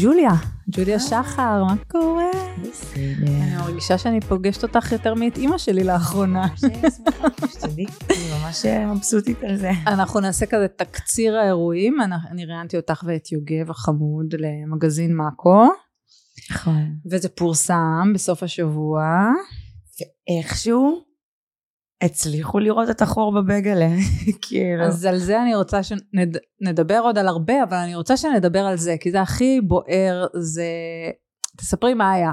ג'וליה שחר, מה קורה? בסדר. אני מרגישה שאני פוגשת אותך יותר מאת אמא שלי לאחרונה. שתדעי, אני ממש מבסוטית על זה. אנחנו נעשה כזה תקציר האירועים, אני ראיינתי אותך ואת יוגב החמוד למגזין מאקו. נכון. וזה פורסם בסוף השבוע. ואיכשהו הצליחו לראות את החור בבגלה. אז על זה אני רוצה שנדבר עוד על הרבה, אבל אני רוצה שנדבר על זה, כי זה הכי בוער, זה... תספרי מה היה.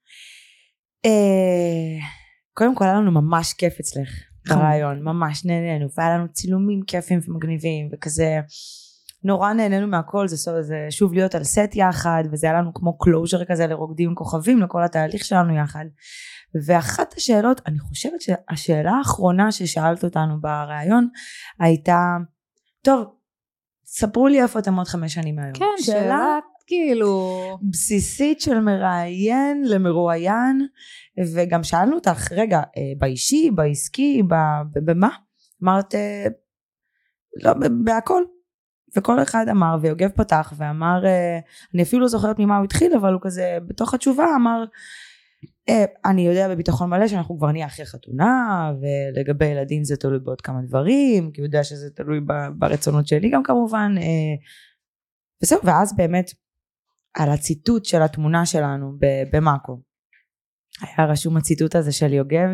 קודם כל היה לנו ממש כיף אצלך ברעיון, ממש נהנינו, והיה לנו צילומים כיפים ומגניבים, וכזה נורא נהנינו מהכל, זה שוב להיות על סט יחד, וזה היה לנו כמו קלוז'ר כזה לרוקדים עם כוכבים, לכל התהליך שלנו יחד. ואחת השאלות, אני חושבת שהשאלה האחרונה ששאלת אותנו ברעיון, הייתה, טוב, ספרו לי איפה אתם עוד 5 שנים מהיום. כן, שאלה כאילו... בסיסית של מראיין למרואיין, וגם שאלנו אותך, רגע, באישי, בעסקי, במה? אמרת, לא, בהכל. וכל אחד אמר, ויוגב פתח ואמר, אני אפילו לא זוכרת ממה הוא התחיל, אבל הוא כזה, בתוך התשובה אמר, אני יודע בביטחון מלא שאנחנו כבר נהיה אחרי חתונה, ולגבי ילדים זה תלוי בעוד כמה דברים, כי הוא יודע שזה תלוי ברצונות שלי גם כמובן, וזהו, ואז באמת, על הציטוט של התמונה שלנו במאקו, היה רשום הציטוט הזה של יוגב,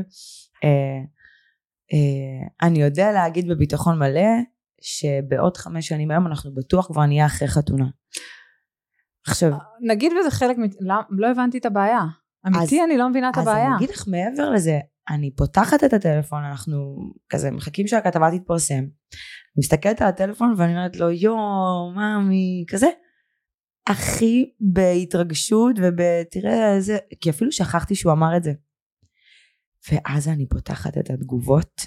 אני יודע להגיד בביטחון מלא, שבעוד 5 שנים היום אנחנו בטוח כבר נהיה אחרי חתונה. עכשיו, נגיד וזה חלק, לא הבנתי את הבעיה. אמיתי, אני לא מבינה את הבעיה. אז אני אגיד לך מעבר לזה, אני פותחת את הטלפון, אנחנו כזה מחכים שהכתבה תתפרסם, מסתכלת על הטלפון ואני אומרת לו, מאמי, כזה, הכי בהתרגשות ובתראה איזה, כי אפילו שכחתי שהוא אמר את זה. ואז אני פותחת את התגובות,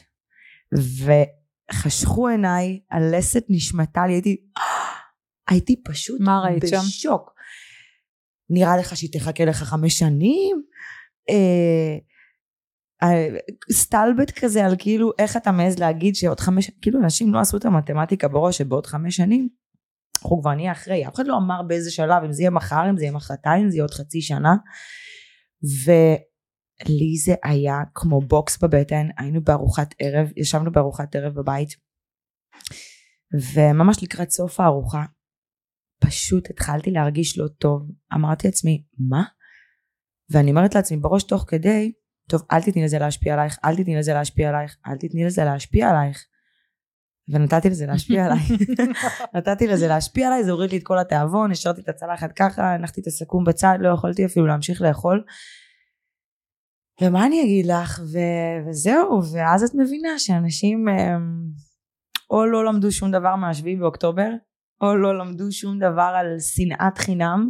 וחשכו עיניי, הלסת נשמתה לי, הייתי פשוט בשוק. נראה לך שהיא תחכה לך 5 שנים, סטלבט כזה על כאילו איך אתה מעז להגיד שעוד 5, כאילו אנשים לא עשו את המתמטיקה בראש שבעוד 5 שנים, אנחנו כבר נהיה אחרי, אף אחד לא אמר באיזה שלב, אם זה יהיה מחר, אם זה יהיה מחרתיים, אם זה יהיה עוד חצי שנה, ולי זה היה כמו בוקס בבטן, היינו בארוחת ערב, ישבנו בארוחת ערב בבית, וממש לקראת סוף הארוחה, פשוט התחלתי להרגיש לא טוב, אמרתי לעצמי, מה? ואני אומרת לעצמי בראש תוך כדי, טוב, אל תתני לזה להשפיע עלייך, אל תתני לזה להשפיע עלייך, אל תתני לזה להשפיע עלייך, ונתתי לזה להשפיע עליי, נתתי לזה להשפיע עליי, זה הוריד לי את כל התאבון, השארתי את הצלחת ככה, הנחתי את הסכו"ם בצד, לא יכולתי אפילו להמשיך לאכול, ומה אני אגיד לך, וזהו, ואז את מבינה שאנשים, או לא למדו שום דבר מה7 באוקטובר, או לא למדו שום דבר על שנאת חינם,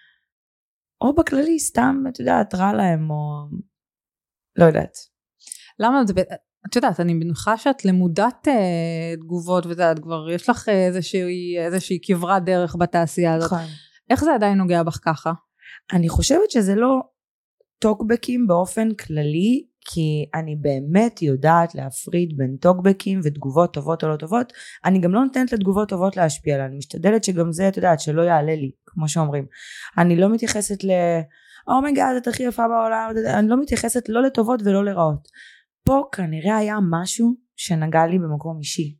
או בכללי סתם, את יודעת, רע להם, או לא יודעת. למה? את יודעת, אני מניחה שאת למודת תגובות, ואת כבר יש לך איזושהי כברת דרך בתעשייה הזאת. נכון. איך זה עדיין נוגע בך ככה? אני חושבת שזה לא טוקבקים באופן כללי, כי אני באמת יודעת להפריד בין טוקבקים ותגובות טובות או לא טובות, אני גם לא נותנת לתגובות טובות להשפיע עליי, אני משתדלת שגם זה, את יודעת, שלא יעלה לי, כמו שאומרים. אני לא מתייחסת אומייגאד, את הכי יפה בעולם, אני לא מתייחסת לא לטובות ולא לרעות. פה כנראה היה משהו שנגע לי במקום אישי,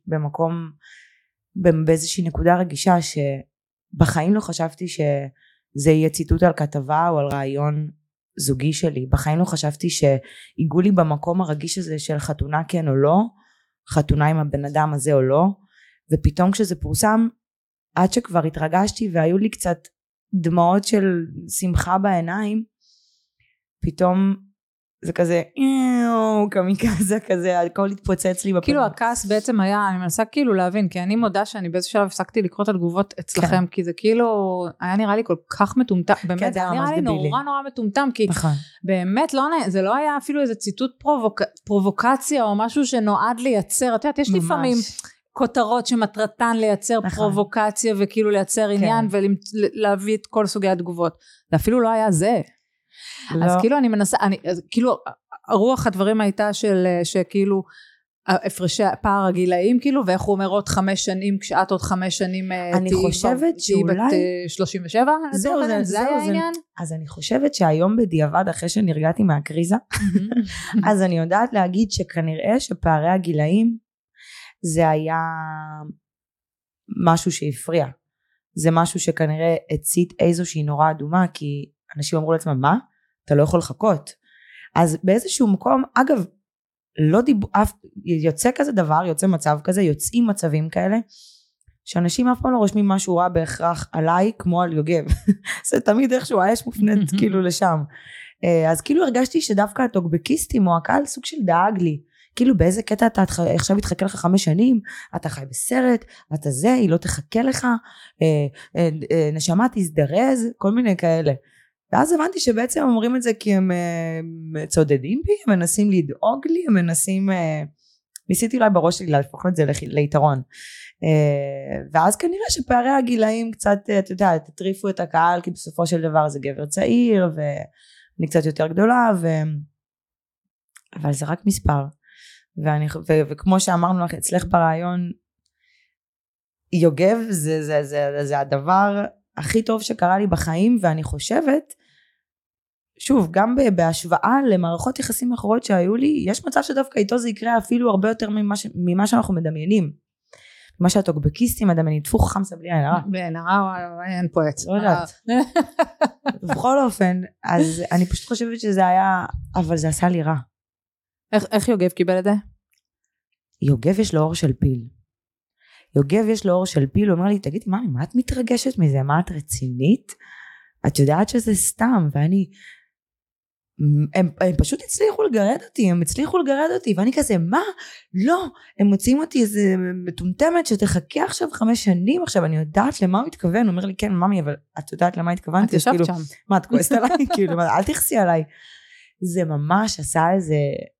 באיזושהי נקודה רגישה, שבחיים לא חשבתי שזה יהיה ציטוט על כתבה או על רעיון זוגי שלי, בחיים לא חשבתי שהיגעו לי במקום הרגיש הזה של חתונה כן או לא, חתונה עם הבן אדם הזה או לא, ופתאום כשזה פורסם, עד שכבר התרגשתי והיו לי קצת דמעות של שמחה בעיניים, פתאום זה כזה, קמיקזה כזה, הכל התפוצץ לי בפנים. כאילו הכעס בעצם היה, אני מנסה כאילו להבין, כי אני מודה שאני באיזשהו שלב הפסקתי לקרוא את התגובות אצלכם, כי זה כאילו, היה נראה לי כל כך מטומטם, באמת, זה נראה לי נורא מטומטם, כי באמת זה לא היה אפילו איזה ציטוט פרובוקציה, או משהו שנועד לייצר, את יודעת, יש לפעמים כותרות שמטרתן לייצר פרובוקציה, וכאילו לייצר עניין, ולהביא את כל סוגי התגובות. זה אפילו לא היה זה. אז כאילו אני מנסה, כאילו הרוח הדברים הייתה שכאילו הפרשי פער הגילאים כאילו, ואיך הוא אומר עוד 5 שנים, כשאת עוד 5 שנים אני חושבת שאולי... בת 37? זה היה העניין? אז אני חושבת שהיום בדיעבד, אחרי שנרגעתי מהקריזה, אז אני יודעת להגיד שכנראה שפערי הגילאים, זה היה משהו שהפריע. זה משהו שכנראה הצית איזושהי נורא אדומה, כי אנשים אמרו לעצמם, מה? אתה לא יכול לחכות. אז באיזשהו מקום, אגב, לא יוצא כזה דבר, יוצא מצב כזה, יוצאים מצבים כאלה, שאנשים אף פעם לא רושמים משהו רע בהכרח עליי, כמו על יוגב. זה תמיד איכשהו האש מופנית כאילו לשם. אז כאילו הרגשתי שדווקא הטוקבקיסטים, או הקהל סוג של דאג לי, כאילו באיזה קטע אתה עכשיו יתחכה לך 5 שנים, אתה חי בסרט, אתה זה, היא לא תחכה לך, נשמה תזדרז, כל מיני כאלה. ואז הבנתי שבעצם אומרים את זה כי הם צודדים בי, הם מנסים לדאוג לי, הם מנסים, ניסיתי אולי בראש שלי להפוך את זה ליתרון. ואז כנראה שפערי הגילאים קצת, אתה יודע, תטריפו את הקהל, כי בסופו של דבר זה גבר צעיר, ואני קצת יותר גדולה, אבל זה רק מספר. וכמו שאמרנו לך, אצלך ברעיון, יוגב זה הדבר הכי טוב שקרה לי בחיים, ואני חושבת, שוב, גם בהשוואה למערכות יחסים אחרות שהיו לי, יש מצב שדווקא איתו זה יקרה אפילו הרבה יותר ממה שאנחנו מדמיינים. מה שהטוקבקיסטים מדמיינים, תפו חכם סבלי עין הרע. בעין הרע, אין פה עץ. לא יודעת. בכל אופן, אז אני פשוט חושבת שזה היה, אבל זה עשה לי רע. איך יוגב קיבל את זה? יוגב יש לו אור של פיל. יוגב יש לו אור של פיל, הוא אומר לי, תגידי, מה את מתרגשת מזה? מה את רצינית? את יודעת שזה סתם, ואני, הם פשוט הצליחו לגרד אותי, ואני כזה, מה? לא, הם מוצאים אותי איזה מטומטמת שתחכה עכשיו 5 שנים, עכשיו אני יודעת למה הוא התכוון, הוא אומר לי, כן, ממי, אבל את יודעת למה התכוונתי? את ישבת שם. מה, את כועסת עליי? כאילו, אל תכסי עליי. זה ממש עשה איזה,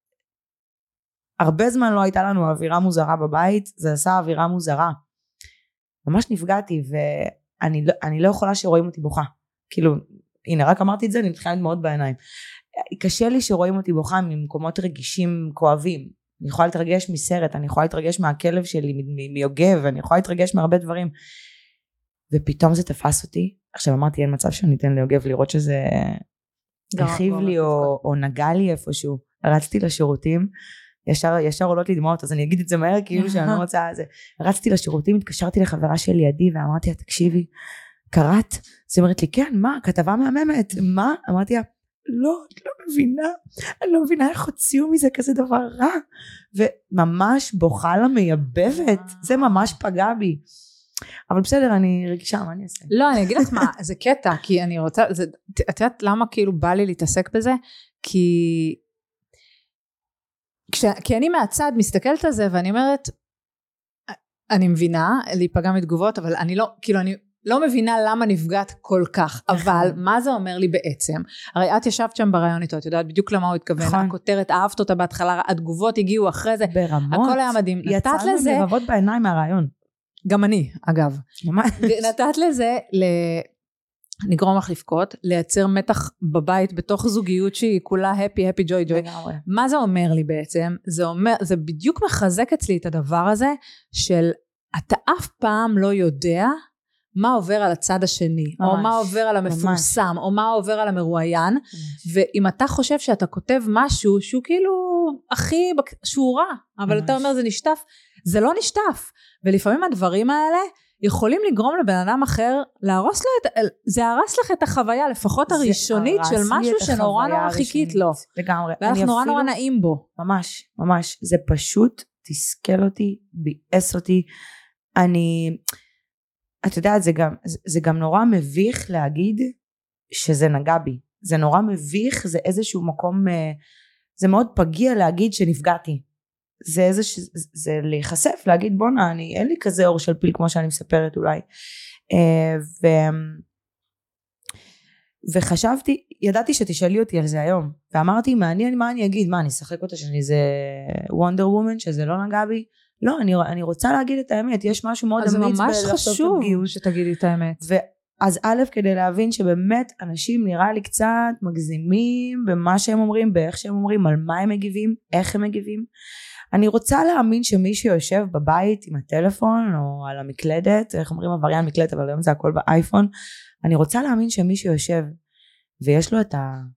הרבה זמן לא הייתה לנו אווירה מוזרה בבית, זה עשה אווירה מוזרה. ממש נפגעתי, ואני לא יכולה שרואים אותי בוכה. כאילו, הנה, רק אמרתי את זה, אני מתחילה מאוד בעיניים. קשה לי שרואים אותי בוכה ממקומות רגישים, כואבים. אני יכולה להתרגש מסרט, אני יכולה להתרגש מהכלב שלי, מיוגב, אני יכולה להתרגש מהרבה דברים. ופתאום זה תפס אותי. עכשיו אמרתי, אין מצב שאני אתן ליוגב לראות שזה הרחיב לי או נגע לי איפשהו. רצתי לשירותים, ישר עולות לי דמעות, אז אני אגיד את זה מהר, כאילו שאני לא רוצה זה. רצתי לשירותים, התקשרתי לחברה שלי לידי, ואמרתי לה, תקשיבי, קראת? אז היא אומרת לי, כן, מה? כתבה מהממת, מה? אמרתי לה, לא, את לא מבינה, אני לא מבינה איך הוציאו מזה כזה דבר רע, וממש בוכה לה מייבבת, זה ממש פגע בי. אבל בסדר, אני רגישה, מה אני אעשה? לא, אני אגיד לך מה, זה קטע, כי אני רוצה, את יודעת למה כאילו בא לי להתעסק בזה? כי אני מהצד מסתכלת על זה, ואני אומרת, אני מבינה להיפגע מתגובות, אבל אני לא, כאילו אני לא מבינה למה נפגעת כל כך, אבל מה זה אומר לי בעצם? הרי את ישבת שם ברעיון איתו, את יודעת בדיוק למה הוא התכוון, הכותרת, אהבת אותה בהתחלה, התגובות הגיעו אחרי זה, ברמות, הכל היה מדהים, יצאנו מרבבות בעיניים מהרעיון. גם אני, אגב. נתת לזה נגרום לך לבכות, לייצר מתח בבית בתוך זוגיות שהיא כולה happy joy. מה זה אומר לי בעצם? זה בדיוק מחזק אצלי את הדבר הזה, של אתה אף פעם לא יודע מה עובר על הצד השני, ממש, או מה עובר על המפורסם, ממש. או מה עובר על המרואיין, ממש. ואם אתה חושב שאתה כותב משהו שהוא כאילו הכי, שהוא רע, אבל ממש. אתה אומר זה נשטף, זה לא נשטף, ולפעמים הדברים האלה יכולים לגרום לבן אדם אחר, להרוס לו זה הרס לך את החוויה, לפחות הראשונית של משהו שנורא נורא חיכית לו. לגמרי. ואנחנו נורא נעים בו. ממש, ממש, זה פשוט תסכל אותי, ביאס אותי, את יודעת, זה גם נורא מביך להגיד שזה נגע בי. זה נורא מביך, זה איזשהו מקום, זה מאוד פגיע להגיד שנפגעתי. זה להיחשף, להגיד בונה, אין לי כזה אור של פיל כמו שאני מספרת אולי. וחשבתי, ידעתי שתשאלי אותי על זה היום, ואמרתי, מה אני אגיד? מה, אני אשחק אותה שאני זה וונדר וומן, שזה לא נגע בי? לא, אני רוצה להגיד את האמת, יש משהו מאוד אמיץ. אז זה ממש חשוב שתגידי את האמת. אז א', כדי להבין שבאמת אנשים נראה לי קצת מגזימים במה שהם אומרים, באיך שהם אומרים, על מה הם מגיבים, איך הם מגיבים. אני רוצה להאמין שמי שיושב בבית עם הטלפון או על המקלדת, איך אומרים עבריין מקלדת, אבל היום זה הכל באייפון, אני רוצה להאמין שמי שיושב ויש לו את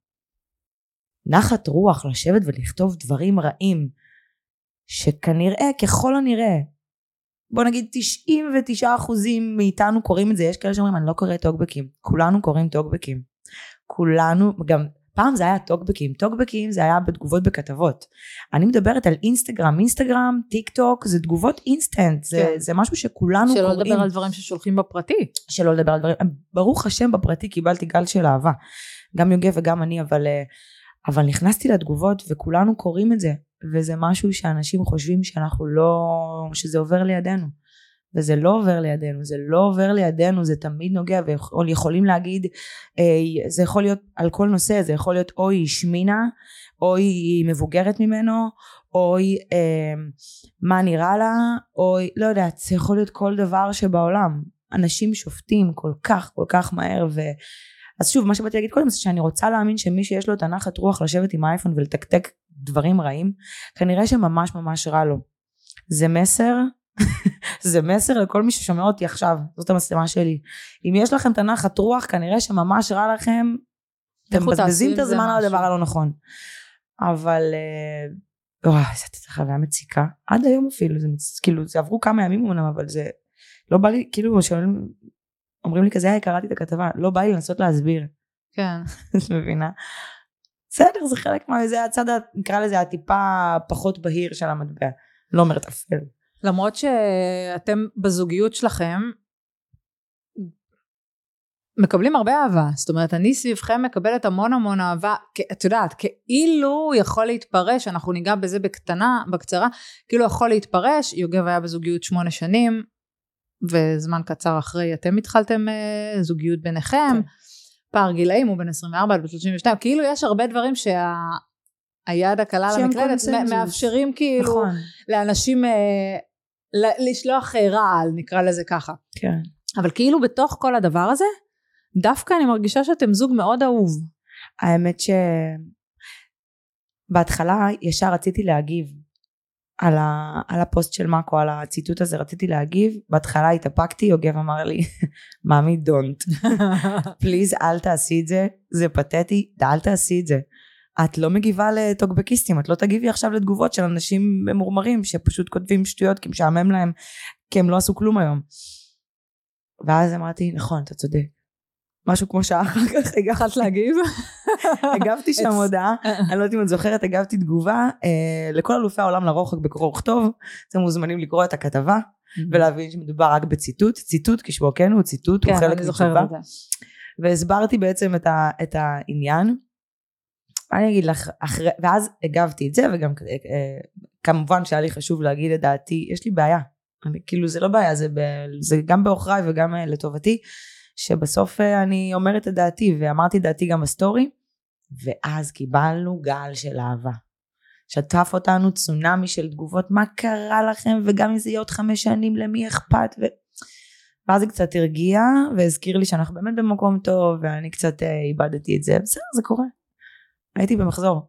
הנחת רוח לשבת ולכתוב דברים רעים, שכנראה, ככל הנראה, בוא נגיד 99% מאיתנו קוראים את זה, יש כאלה שאומרים, אני לא קורא טוקבקים, כולנו קוראים טוקבקים, כולנו, גם פעם זה היה טוקבקים, טוקבקים זה היה בתגובות בכתבות, אני מדברת על אינסטגרם, טיק טוק, זה תגובות אינסטנט, זה משהו שכולנו שלא קוראים. לדבר על דברים ששולחים בפרטי. שלא לדבר על דברים, ברוך השם בפרטי קיבלתי גל של אהבה, גם יוגב וגם אני, אבל נכנסתי לתגובות וכולנו קוראים את זה, וזה משהו שאנשים חושבים שאנחנו לא, שזה עובר לידינו, וזה לא עובר לידינו, זה לא עובר לידינו, זה תמיד נוגע, ויכולים להגיד, זה יכול להיות על כל נושא, זה יכול להיות או היא שמינה, או היא מבוגרת ממנו, או היא מה נראה לה, או לא יודעת, זה יכול להיות כל דבר שבעולם, אנשים שופטים כל כך מהר, אז שוב, מה שבאתי להגיד קודם זה שאני רוצה להאמין שמי שיש לו את הנחת רוח לשבת עם האייפון ולתקתק דברים רעים, כנראה שממש ממש רע לו. זה מסר, זה מסר לכל מי ששומע אותי עכשיו, זאת המסלמה שלי. אם יש לכם את הנחת רוח, כנראה שממש רע לכם, אתם מבזבזים את הזמן על הדבר הלא נכון. אבל, זה חוויה מציקה, עד היום אפילו, כאילו, זה עברו כמה ימים אומנם, אבל זה לא בא לי, כאילו, שואלים, אומרים לי כזה, קראתי את הכתבה, לא בא לי לנסות להסביר. כן. את מבינה? בסדר, זה חלק זה הצד, נקרא לזה, הטיפה פחות בהיר של המטבע. לא אומרת אפל. למרות שאתם בזוגיות שלכם, מקבלים הרבה אהבה. זאת אומרת, אני סביבכם מקבלת המון אהבה, את יודעת, כאילו יכול להתפרש, אנחנו ניגע בזה בקצרה, כאילו יכול להתפרש, יוגב היה בזוגיות 8 שנים, וזמן קצר אחרי אתם התחלתם זוגיות ביניכם, פער גילאים הוא בין 24 עד 32, כאילו יש הרבה דברים שהיד הקלה למקלדת מאפשרים כאילו לאנשים לשלוח רעל, נקרא לזה ככה. כן. אבל כאילו בתוך כל הדבר הזה, דווקא אני מרגישה שאתם זוג מאוד אהוב. האמת שבהתחלה ישר רציתי להגיב, על הפוסט של מקו, על הציטוט הזה רציתי להגיב, בהתחלה התאפקתי, יוגב אמר לי, מאמי don't, פליז אל תעשי את זה, זה פתטי, אל תעשי את זה, את לא מגיבה לטוקבקיסטים, את לא תגיבי עכשיו לתגובות של אנשים ממורמרים, שפשוט כותבים שטויות, כי משעמם להם, כי הם לא עשו כלום היום, ואז אמרתי, נכון, אתה צודק, משהו כמו שעה אחר כך הגעת להגיב? הגבתי שם הודעה, אני לא יודעת אם את זוכרת, הגבתי תגובה, לכל אלופי העולם לרוחק בקרוא וכתוב, אתם מוזמנים לקרוא את הכתבה, ולהבין שמדובר רק בציטוט, ציטוט כשמו כן הוא ציטוט, הוא חלק מתשובה, והסברתי בעצם את העניין, אני אגיד לך, ואז הגבתי את זה, וגם כמובן שהיה לי חשוב להגיד את דעתי, יש לי בעיה, כאילו זה לא בעיה, זה גם באוכריי וגם לטובתי, שבסוף אני אומרת את דעתי, ואמרתי דעתי גם בסטורי, ואז קיבלנו גל של אהבה. שטף אותנו צונמי של תגובות, מה קרה לכם, וגם אם זה יהיה עוד 5 שנים, למי אכפת, ואז היא קצת הרגיע, והזכיר לי שאנחנו באמת במקום טוב, ואני קצת איבדתי את זה, בסדר, זה קורה. הייתי במחזור.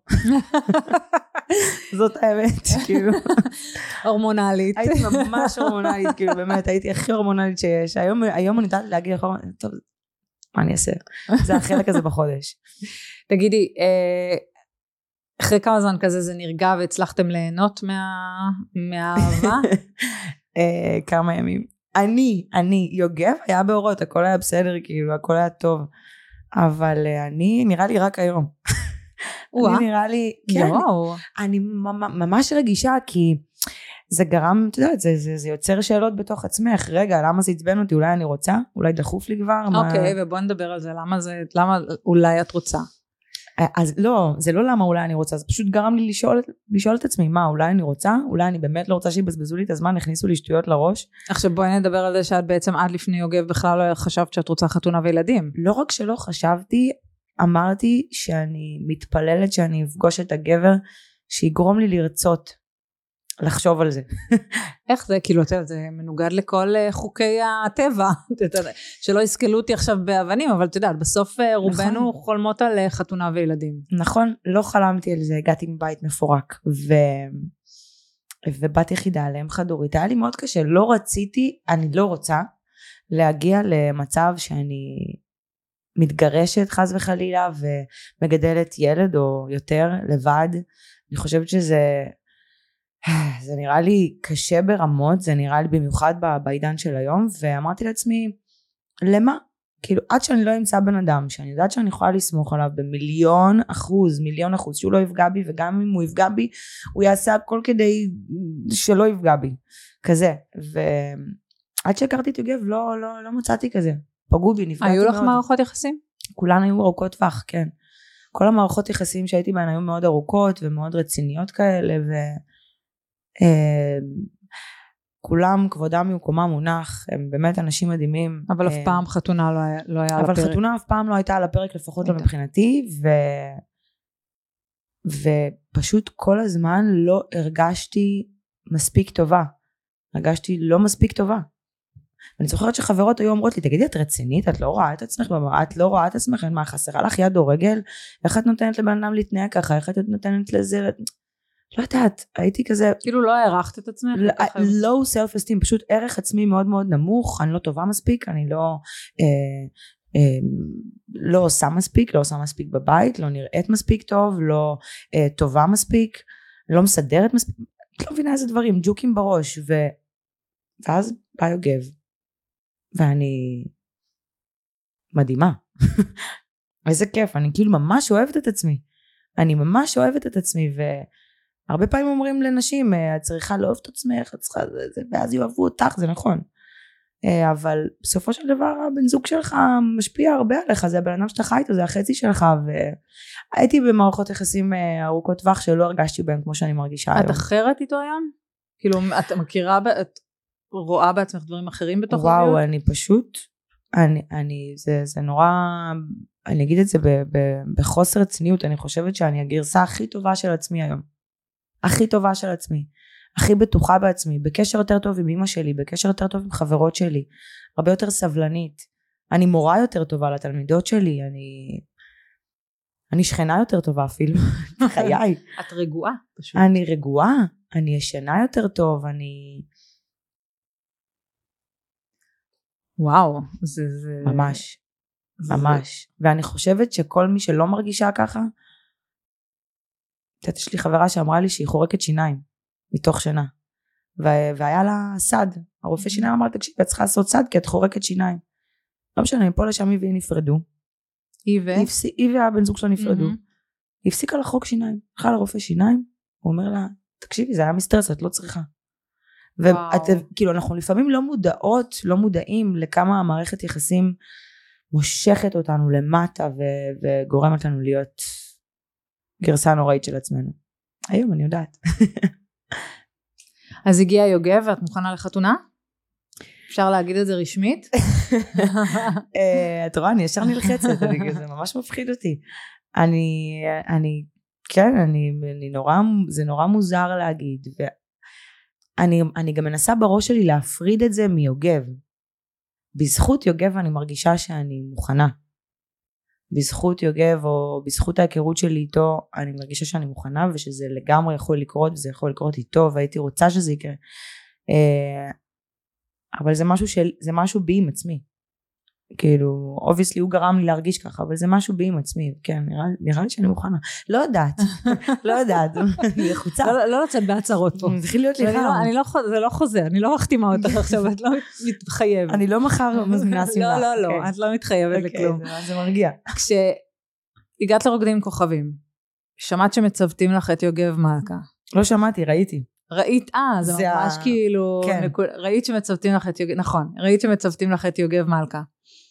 זאת האמת, כאילו. הורמונלית. הייתי ממש הורמונלית, כאילו באמת, הייתי הכי הורמונלית שיש. היום אני יודעת להגיד, טוב, מה אני אעשה? זה החלק הזה בחודש. תגידי, אחרי כמה זמן כזה זה נרגע, והצלחתם ליהנות מהאהבה? כמה ימים. יוגב היה באורות, הכל היה בסדר, כאילו, הכל היה טוב. אבל אני, נראה לי רק היום. אני נראה לי, כן, אני ממש רגישה, כי זה גרם, אתה יודעת, זה יוצר שאלות בתוך עצמך, רגע, למה זה עצבן אותי, אולי אני רוצה, אולי דחוף לי כבר. אוקיי, ובוא נדבר על זה, למה אולי את רוצה? אז לא, זה לא למה אולי אני רוצה, זה פשוט גרם לי לשאול את עצמי, מה, אולי אני רוצה, אולי אני באמת לא רוצה שיבזבזו לי את הזמן, הכניסו לי שטויות לראש. עכשיו בואי נדבר על זה שאת בעצם עד לפני יוגב בכלל לא חשבת שאת רוצה חתונה וילדים. לא רק שלא חשבתי, אמרתי שאני מתפללת שאני אפגוש את הגבר שיגרום לי לרצות לחשוב על זה. איך זה? כאילו, זה מנוגד לכל חוקי הטבע, שלא יסכלו אותי עכשיו באבנים, אבל אתה יודע, בסוף רובנו חולמות על חתונה וילדים. נכון, לא חלמתי על זה, הגעתי מבית מפורק, ובת יחידה לאם חד-הורית, היה לי מאוד קשה, אני לא רוצה להגיע למצב שאני מתגרשת חס וחלילה, ומגדלת ילד או יותר לבד. אני חושבת שזה נראה לי קשה ברמות, זה נראה לי במיוחד בעידן של היום, ואמרתי לעצמי, למה? כאילו עד שאני לא אמצא בן אדם שאני יודעת שאני יכולה לסמוך עליו ב1,000,000%, שהוא לא יפגע בי, וגם אם הוא יפגע בי הוא יעשה הכל כדי שלא יפגע בי, כזה. ועד שהכרתי את יוגב לא מצאתי כזה, פגעו בי, נפגעתי מאוד. היו לך מערכות יחסים? כולן היו ארוכות טווח, כן. כל המערכות יחסים שהייתי בהן היו מאוד ארוכות ומאוד רציניות כאלה, כולם כבודם במקומם מונח, הם באמת אנשים מדהימים. אבל אף פעם חתונה לא היה על הפרק. אבל חתונה אף פעם לא הייתה על הפרק, לפחות לא מבחינתי, ופשוט כל הזמן לא הרגשתי מספיק טובה. הרגשתי לא מספיק טובה. אני זוכרת שחברות היו אומרות לי, תגידי, את רצינית? את לא רואה את עצמך במראה? את לא רואה את עצמך? מה, חסרה לך יד או רגל? איך את נותנת לבן אדם להתנהג ככה? איך את נותנת לזה? לא יודעת, הייתי כזה... כאילו לא הערכת את עצמך? low self-esteem, פשוט ערך עצמי מאוד מאוד נמוך, אני לא טובה מספיק, אני לא עושה מספיק, לא עושה מספיק בבית, לא נראית מספיק טוב, לא טובה מספיק, לא מסדרת מספיק, את לא מבינה איזה דברים, ג'וקים בראש, ואז בא יוגב, ואני מדהימה, איזה כיף, אני כאילו ממש אוהבת את עצמי, הרבה פעמים אומרים לנשים, את צריכה לאהוב את עצמך, ואז יאהבו אותך, זה נכון. אבל בסופו של דבר, הבן זוג שלך משפיע הרבה עליך, זה הבן אדם שאתה חי איתו, זה החצי שלך, והייתי במערכות יחסים ארוכות טווח, שלא הרגשתי בהם כמו שאני מרגישה היום. את אחרת איתו היום? כאילו, את מכירה, את רואה בעצמך דברים אחרים בתוך הזוגיות? וואו, אני פשוט, זה נורא, אני אגיד את זה בחוסר רציניות, אני חושבת שאני הגרסה הכי טובה של עצמי היום. הכי טובה של עצמי, הכי בטוחה בעצמי, בקשר יותר טוב עם אמא שלי, בקשר יותר טוב עם חברות שלי, הרבה יותר סבלנית, אני מורה יותר טובה לתלמידות שלי, אני שכנה יותר טובה אפילו, חיי. את רגועה פשוט. אני רגועה, אני ישנה יותר טוב, וואו, זה... ממש, ואני חושבת שכל מי שלא מרגישה ככה, יש לי חברה שאמרה לי שהיא חורקת שיניים מתוך שינה, והיה לה סד, הרופא שיניים אמר, תקשיב, את צריכה לעשות סד כי את חורקת שיניים, לא משנה, מפה לשם היא נפרדו, היא והבן זוג שלה נפרדו, היא הפסיקה לחרוק שיניים, הלכה לרופא שיניים, הוא אומר לה, תקשיבי, זה היה מסטרס, את לא צריכה, וכאילו אנחנו לפעמים לא מודעים לכמה המערכת יחסים מושכת אותנו למטה, וגורמת לנו להיות גרסה נוראית של עצמנו. היום אני יודעת. אז הגיע יוגב ואת מוכנה לחתונה? אפשר להגיד את זה רשמית? את רואה, אני ישר נלחצת, זה ממש מפחיד אותי. זה נורא מוזר להגיד, ואני גם מנסה בראש שלי להפריד את זה מיוגב. בזכות יוגב אני מרגישה שאני מוכנה. בזכות יוגב או בזכות ההיכרות שלי איתו אני מרגישה שאני מוכנה, ושזה לגמרי יכול לקרות, וזה יכול לקרות איתו, והייתי רוצה שזה יקרה, אבל זה משהו בי עם עצמי, כאילו obviously הוא גרם לי להרגיש ככה, אבל זה משהו בי עם עצמי, כן, נראה לי שאני מוכנה, לא יודעת, אני לחוצה, לא לצאת בהצהרות פה, מתחיל להיות לי חם, זה לא חוזה, אני לא מחתימה אותך עכשיו, את לא מתחייבת, אני לא מחר מזמינה סיבה, לא, את לא מתחייבת לכלום, זה מרגיע. כשהגעת לרוקדים עם כוכבים, שמעת שמצוותים לך את יוגב מלכה? לא שמעתי, ראיתי. ראית, זה ממש כאילו, ראית שמצוותים לך את יוגב, נכון, ראית שמצוותים לך את יוגב מלכה.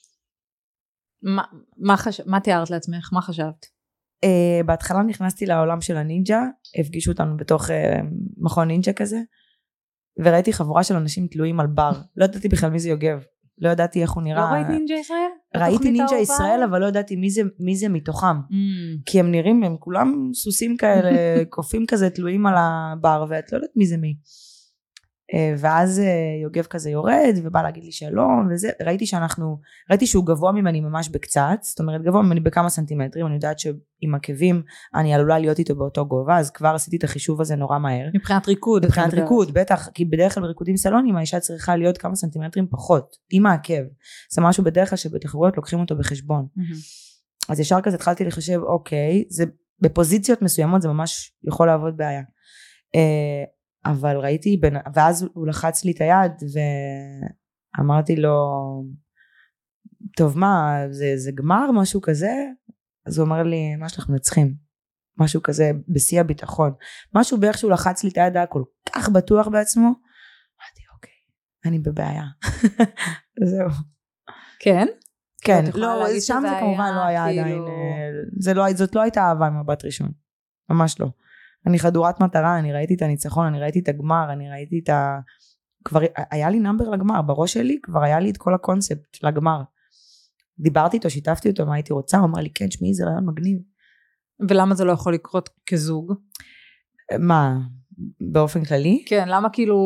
מה תיארת לעצמך? מה חשבת? בהתחלה נכנסתי לעולם של הנינג'ה, הפגישו אותנו בתוך מכון נינג'ה כזה, וראיתי חבורה של אנשים תלויים על בר, לא ידעתי בכלל מי זה יוגב, לא ידעתי איך הוא נראה. לא ראית נינג'ה ישראל? ראיתי נינג'ה ישראל, אבל לא ידעתי מי זה מתוכם, כי הם נראים, הם כולם סוסים כאלה, קופים כזה תלויים על הבר, ואת לא יודעת מי זה מי. ואז יוגב כזה יורד ובא להגיד לי שלום וזה, ראיתי שהוא גבוה ממני ממש בקצת, זאת אומרת גבוה ממני בכמה סנטימטרים, אני יודעת שעם עקבים אני עלולה להיות איתו באותו גובה, אז כבר עשיתי את החישוב הזה נורא מהר. מבחינת ריקוד. מבחינת ריקוד, בטח, כי בדרך כלל בריקודים סלונים האישה צריכה להיות כמה סנטימטרים פחות, עם העקב, זה משהו בדרך כלל שבתחרויות לוקחים אותו בחשבון. אז ישר כזה התחלתי לחשב, אוקיי, זה בפוזיציות מסוימות זה ממש יכול לעבוד בעיה. אבל ראיתי, ואז הוא לחץ לי את היד ואמרתי לו, טוב מה, זה גמר, משהו כזה? אז הוא אמר לי, מה שאנחנו נצחים, משהו כזה בשיא הביטחון, משהו בערך שהוא לחץ לי את היד, היה כל כך בטוח בעצמו, אמרתי אוקיי, אני בבעיה. זהו. כן? כן, לא, שם זה כמובן לא היה עדיין, זאת לא הייתה אהבה עם מבט ראשון, ממש לא. אני חדורת מטרה, אני ראיתי את הניצחון, אני ראיתי את הגמר, אני ראיתי את כבר היה לי נאמבר לגמר, בראש שלי כבר היה לי את כל הקונספט לגמר. דיברתי איתו, שיתפתי אותו מה הייתי רוצה, הוא אמר לי כן, שמי זה רעיון מגניב. ולמה זה לא יכול לקרות כזוג? מה, באופן כללי? כן, למה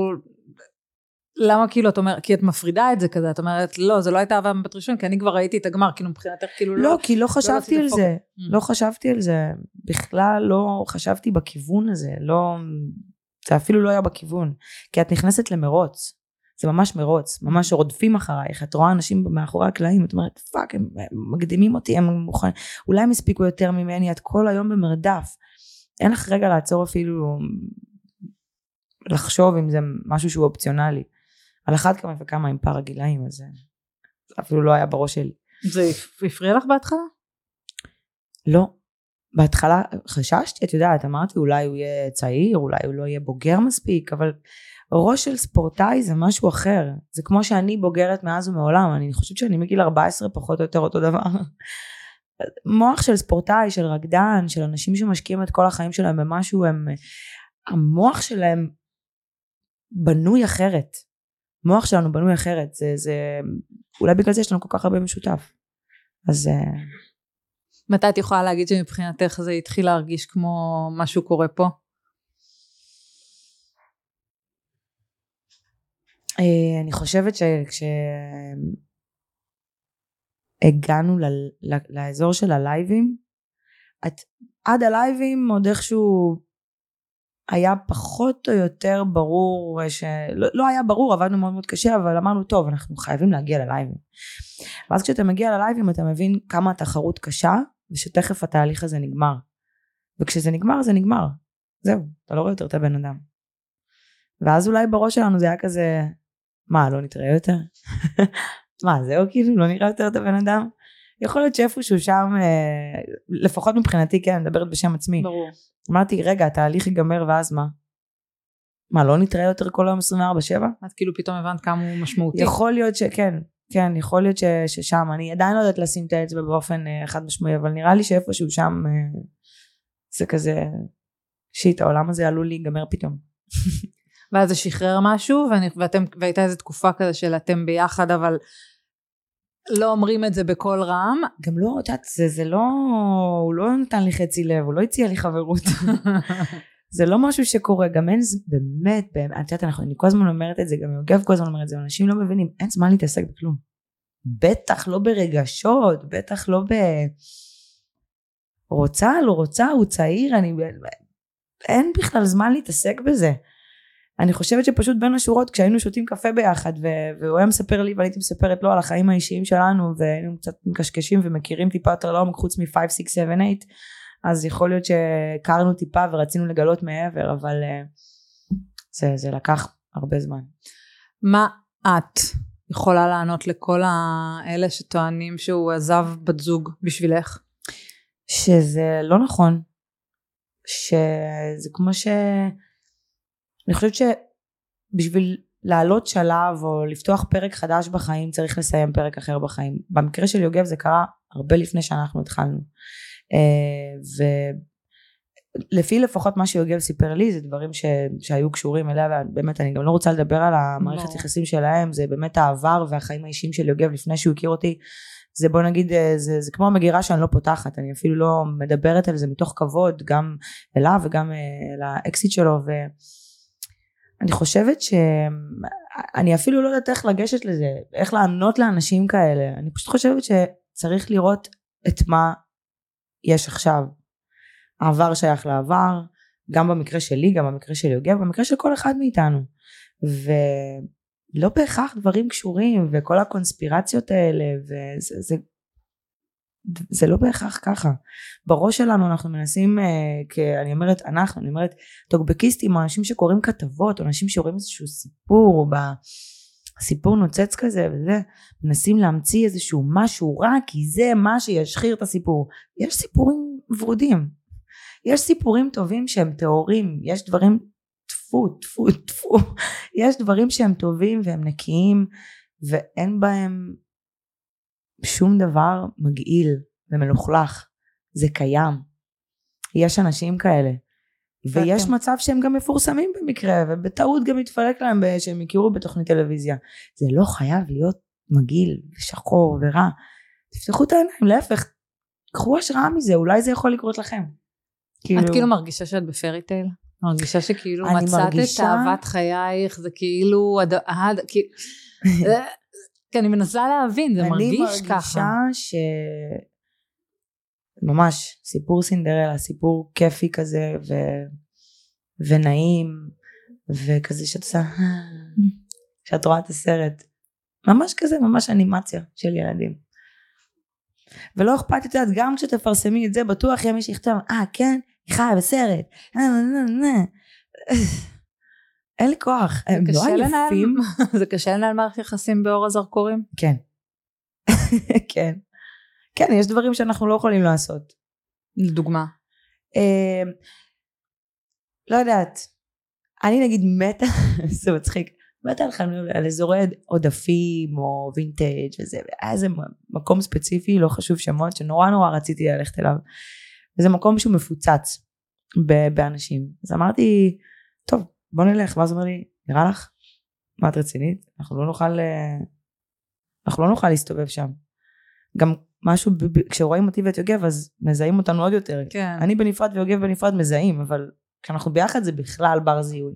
כאילו את אומרת, כי את מפרידה את זה כזה, את אומרת, לא, זה לא הייתה אהבה מבט ראשון, כי אני כבר ראיתי את הגמר, כאילו מבחינתך, כאילו לא, כי לא חשבתי על זה, לא חשבתי על זה, בכלל לא חשבתי בכיוון הזה, לא, זה אפילו לא היה בכיוון, כי את נכנסת למרוץ, זה ממש מרוץ, ממש רודפים אחרייך, את רואה אנשים מאחורי הקלעים, את אומרת, פאק, הם מקדימים אותי, הם מוכנים, אולי הם הספיקו יותר ממני, את כל היום במרדף, אין לך רגע לעצור אפילו, לחשוב אם זה משהו שהוא אופציונלי, על אחת כמה וכמה עם פער הגילאים, אז זה אפילו לא היה בראש שלי. זה הפריע לך בהתחלה? לא. בהתחלה חששתי, את יודעת, אמרתי אולי הוא יהיה צעיר, אולי הוא לא יהיה בוגר מספיק, אבל ראש של ספורטאי זה משהו אחר. זה כמו שאני בוגרת מאז ומעולם, אני חושבת שאני מגיל 14 פחות או יותר אותו דבר. מוח של ספורטאי, של רקדן, של אנשים שמשקיעים את כל החיים שלהם במשהו, המוח שלהם בנוי אחרת. מוח שלנו בנוי אחרת, אולי בגלל זה יש לנו כל כך הרבה משותף. אז מתי את יכולה להגיד שמבחינתך זה התחיל להרגיש כמו משהו קורה פה? אני חושבת שכשהגענו לאזור של הלייבים, עד הלייבים עוד איכשהו היה פחות או יותר ברור, לא היה ברור, עבדנו מאוד מאוד קשה, אבל אמרנו טוב, אנחנו חייבים להגיע ללייבים. ואז כשאתה מגיע ללייבים אתה מבין כמה התחרות קשה, ושתכף התהליך הזה נגמר. וכשזה נגמר זה נגמר. זהו, אתה לא רואה יותר את הבן אדם. ואז אולי בראש שלנו זה היה כזה, מה, לא נתראה יותר? מה, זהו כאילו, לא נראה יותר את הבן אדם? יכול להיות שאיפשהו שם, לפחות מבחינתי, כן, אני מדברת בשם עצמי. ברור. אמרתי, רגע, התהליך ייגמר ואז מה? מה, לא נתראה יותר כל היום 24/7? את כאילו פתאום הבנת כמה הוא משמעותי. יכול להיות שכן, כן, יכול להיות ששם, אני עדיין לא יודעת לשים את האצבע באופן חד משמעי, אבל נראה לי שאיפשהו שם, זה כזה, שיט, העולם הזה עלול להיגמר פתאום. ואז זה שחרר משהו, והייתה איזו תקופה כזה של אתם ביחד, אבל לא אומרים את זה בכל רם. גם לא, את יודעת, זה לא, הוא לא נתן לי חצי לב, הוא לא הציע לי חברות. זה לא משהו שקורה, גם אין, באמת, את יודעת, אני כל הזמן אומרת את זה, גם יוגב כל הזמן אומרת את זה, אנשים לא מבינים, אין זמן להתעסק בכלום. בטח לא ברגשות, בטח לא רוצה, לא רוצה, הוא צעיר, אין בכלל זמן להתעסק בזה. אני חושבת שפשוט בין השורות, כשהיינו שותים קפה ביחד, והוא היה מספר לי, ואני הייתי מספרת לו על החיים האישיים שלנו, והיינו קצת מקשקשים ומכירים טיפה יותר לעומק, חוץ מ-5, 6, 7, 8, אז יכול להיות שקרנו טיפה ורצינו לגלות מעבר, אבל זה לקח הרבה זמן. מה את יכולה לענות לכל האלה שטוענים שהוא עזב בת זוג בשבילך? שזה לא נכון. שזה כמו אני חושבת שבשביל לעלות שלב או לפתוח פרק חדש בחיים צריך לסיים פרק אחר בחיים. במקרה של יוגב זה קרה הרבה לפני שאנחנו התחלנו. ולפי לפחות מה שיוגב סיפר לי זה דברים שהיו קשורים אליה, ובאמת אני גם לא רוצה לדבר על המערכת יחסים שלהם, זה באמת העבר והחיים האישיים של יוגב לפני שהוא הכיר אותי. זה בוא נגיד, זה כמו המגירה שאני לא פותחת, אני אפילו לא מדברת על זה מתוך כבוד, גם אליו וגם לאקסיט שלו, אני חושבת שאני אפילו לא יודעת איך לגשת לזה, איך לענות לאנשים כאלה. אני פשוט חושבת שצריך לראות את מה יש עכשיו. העבר שייך לעבר, גם במקרה שלי, גם במקרה של יוגב, במקרה של כל אחד מאיתנו. ולא בהכרח דברים קשורים, וכל הקונספירציות האלה, זה לא בהכרח ככה. בראש שלנו אנחנו מנסים, אני אומרת טוקבקיסטים, או אנשים שקוראים כתבות, או אנשים שרואים איזשהו סיפור, סיפור נוצץ כזה וזה, מנסים להמציא איזשהו משהו רע, כי זה מה שישחיר את הסיפור. יש סיפורים ורודים, יש סיפורים טובים שהם טהורים, יש דברים טפו, יש דברים שהם טובים והם נקיים, ואין בהם שום דבר מגעיל ומלוכלך. זה קיים, יש אנשים כאלה, ויש מצב שהם גם מפורסמים במקרה, ובטעות גם יתפלק להם שהם יכירו בתוכנית טלוויזיה. זה לא חייב להיות מגעיל ושחור ורע. תפתחו את העיניים, להפך, קחו השראה מזה, אולי זה יכול לקרות לכם. את כאילו מרגישה שאת בפרי טייל? מרגישה שכאילו מצאת את אהבת חייך, זה כאילו, כי אני מנסה להבין, זה מרגיש ככה. אני מרגישה ממש סיפור סינדרלה, סיפור כיפי כזה ונעים, וכזה שאת עושה, שאת רואה את הסרט, ממש כזה, ממש אנימציה של ילדים. ולא אכפת את זה, גם כשתפרסמי את זה, בטוח יהיה מי שיכתוב, כן, היא חיה בסרט, אין לי כוח, הם לא עייפים. זה קשה לנהל מערכת יחסים באור הזרקורים? כן. כן. כן, יש דברים שאנחנו לא יכולים לעשות. לדוגמה? לא יודעת. אני נגיד מתה, זה מצחיק, מתה על אזורי עודפים או וינטג' וזה, היה איזה מקום ספציפי, לא חשוב שמות, שנורא נורא רציתי ללכת אליו. וזה מקום שהוא מפוצץ באנשים. אז אמרתי, טוב, בוא נלך. ואז אמר לי, נראה לך? מה את רצינית? אנחנו לא נוכל להסתובב שם. גם משהו, כשרואים אותי ואת יוגב, אז מזהים אותנו עוד יותר. כן. אני בנפרד ויוגב בנפרד מזהים, אבל כשאנחנו ביחד זה בכלל בר זיהוי.